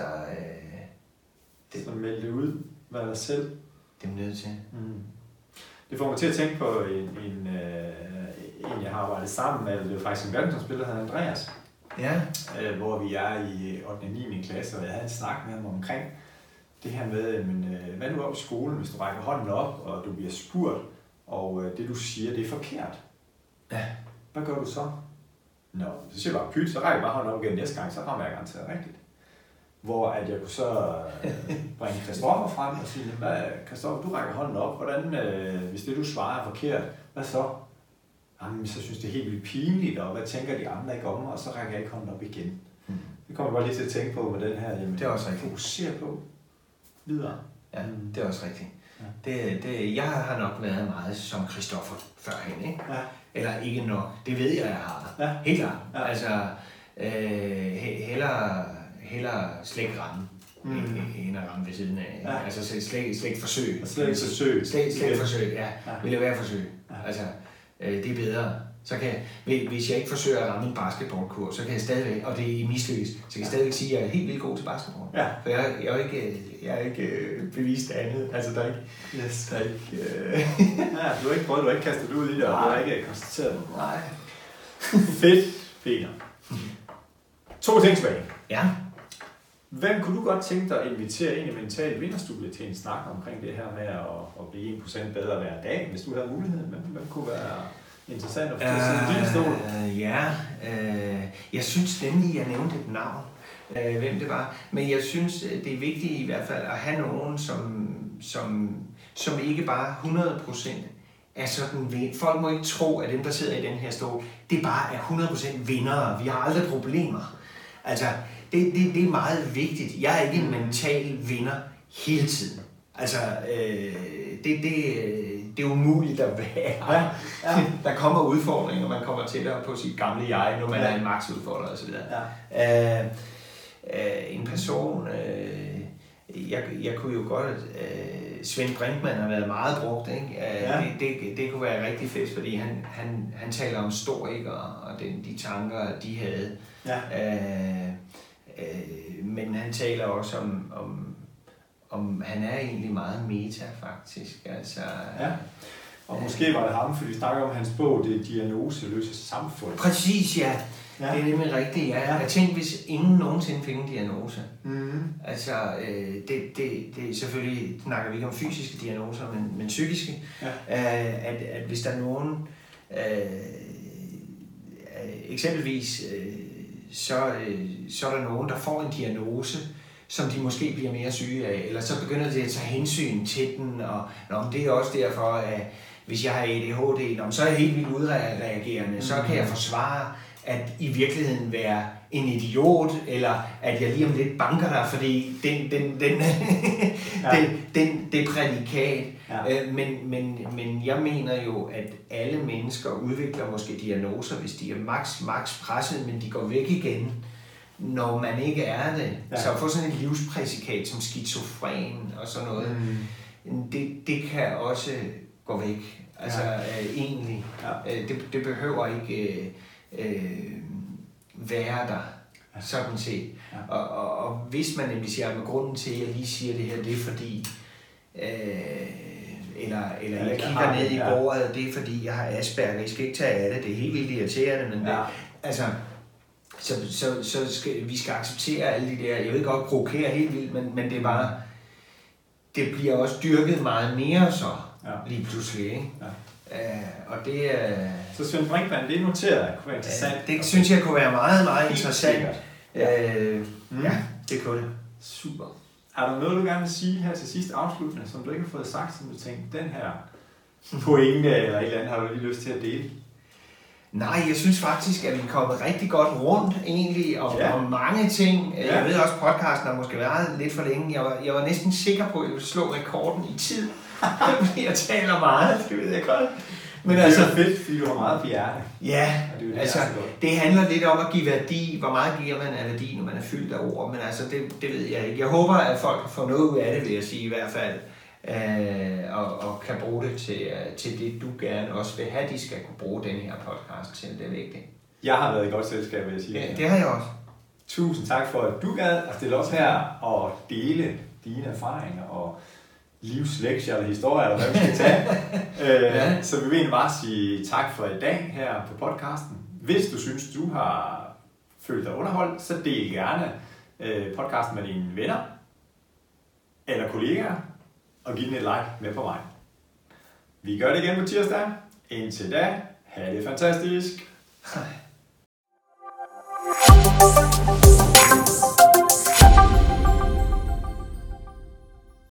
så melde det ud, hvad der selv. Det er nødt til. Det får mig til at tænke på en jeg har arbejdet sammen med, det er faktisk en badmintonspiller, der hedder Andreas. Hvor vi er i 8. og 9. klasse, og jeg havde en snak med ham omkring det her med, hvad nu op i skolen, hvis du rækker hånden op, og du bliver spurgt, og det du siger, det er forkert. Hvad gør du så? Så siger jeg bare pyt, så rækker jeg bare hånden op igen næste gang, så rammer jeg garanteret rigtigt. Hvor at jeg kunne så bringe Christoffer frem og sige, Christoffer, du rækker hånden op, hvordan, hvis det du svarer er forkert, hvad så? Jamen, så synes det er helt vildt pinligt, og hvad tænker de andre ikke om mig, og så rækker jeg ikke hånden op igen. Det kommer bare lige til at tænke på med den her, jamen, det er også rigtigt. Fokusere på videre. Ja, det er også rigtigt. Jeg har nok været meget som Christoffer førhen, ikke? Eller ikke nok. Det ved jeg har. Helt klart. Altså, hellere slet ikke ramme, end at ramme ved siden af. Altså slet ikke forsøg. Slet forsøg, Vil jeg være forsøg. Altså, det er bedre. Så kan jeg, hvis jeg ikke forsøger at ramme en basketballkur, så kan jeg stadigvæk, og det er mislykkes, så kan jeg stadigvæk sige, at jeg er helt vildt god til basketball. For jeg er ikke bevist andet. Altså, der er ikke... du har ikke prøvet, du har ikke kastet det ud i det, og du har ikke konstateret det. Nej. Fedt, Peter. 2 ting tilbage. Hvem kunne du godt tænke dig at invitere ind i Mental Vinderstudie til en snak omkring det her med at blive 1% bedre hver dag, hvis du havde muligheden? Hvem kunne være interessant at få til din stol? Jeg synes nemlig, jeg nævnte et navn, hvem det var. Men jeg synes, det er vigtigt i hvert fald at have nogen, som ikke bare 100% er sådan. Folk må ikke tro, at dem, der sidder i den her stol, det bare er 100% vindere. Vi har aldrig problemer. Altså, det er meget vigtigt. Jeg er ikke en mental vinder hele tiden. Altså, det er umuligt at være. Der kommer udfordringer, man kommer tættere på sit gamle jeg, når man er en maksudfordrer osv. En person, jeg kunne jo godt... Svend Brinkmann har været meget brugt, ikke? Det kunne være rigtig fedt, fordi han taler om stoikere og de tanker, de havde. Men han taler også om han er egentlig meget meta, faktisk. Altså, og måske var det ham, fordi vi snakker om hans bog, det er Diagnoseløse samfund. Præcis, Det er nemlig rigtigt, Jeg tænkte, hvis ingen nogensinde fik en diagnose. Altså, det selvfølgelig snakker vi ikke om fysiske diagnoser, men psykiske. At hvis der er nogen, eksempelvis, så er der nogen, der får en diagnose, som de måske bliver mere syge af, eller så begynder de at tage hensyn til den, og det er også derfor, at hvis jeg har ADHD, så er jeg helt vildt udreagerende, så kan jeg forsvare at i virkeligheden være en idiot, eller at jeg lige om lidt banker dig, fordi det prædikat. Men jeg mener jo, at alle mennesker udvikler måske diagnoser, hvis de er max presset, men de går væk igen, når man ikke er det. Så at få sådan et livsprædikat som skizofren og sådan noget, det kan også gå væk. Altså egentlig. Det behøver ikke være der, sådan set. Og hvis man nemlig siger, at grunden til, at jeg lige siger det her, det er fordi, eller jeg kigger ned i bordet, det er fordi, jeg har Asperger, I skal ikke tage af det, det er helt vildt irriterende, men altså, så skal vi skal acceptere alle de der, jeg ved godt, provokere helt vildt, men det er bare, det bliver også dyrket meget mere så, Ja. lige pludselig, ikke? Ja. Og det Så Svend Brinkmann, det er noteret, kunne være interessant. det synes jeg kunne være meget, meget interessant. Ja. Ja, det kunne det. Super. Er der noget, du gerne vil sige her til sidst afsluttende, som du ikke har fået sagt, som du tænkte, den her pointe eller et eller andet, har du lige lyst til at dele? Nej, jeg synes faktisk, at vi er kommet rigtig godt rundt egentlig om mange ting. Ja. Jeg ved også, at podcasten har måske været lidt for længe. Jeg var næsten sikker på, at jeg ville slå rekorden i tid. Jeg taler meget, det ved jeg godt. Men det er altså fedt, fordi du har meget på hjerte. Ja, det altså det handler lidt om at give værdi. Hvor meget giver man af værdi, når man er fyldt af ord? Men altså, det ved jeg ikke. Jeg håber, at folk får noget ud af det, vil jeg sige i hvert fald. Og kan bruge det til det, du gerne også vil have, de skal kunne bruge den her podcast til. Det er vigtigt. Jeg har været i godt selskab, vil jeg sige. Ja, det har jeg også. Tusind tak for, at du gad at stille os her og dele dine erfaringer og livslektier eller historier, eller hvad vi skal tage. Ja. Så vi vil egentlig bare sige tak for i dag her på podcasten. Hvis du synes, du har følt dig underholdt, så del gerne podcasten med dine venner eller kollegaer, og giv den et like med på vejen. Vi gør det igen på tirsdag. Indtil da, ha' det fantastisk. Hej.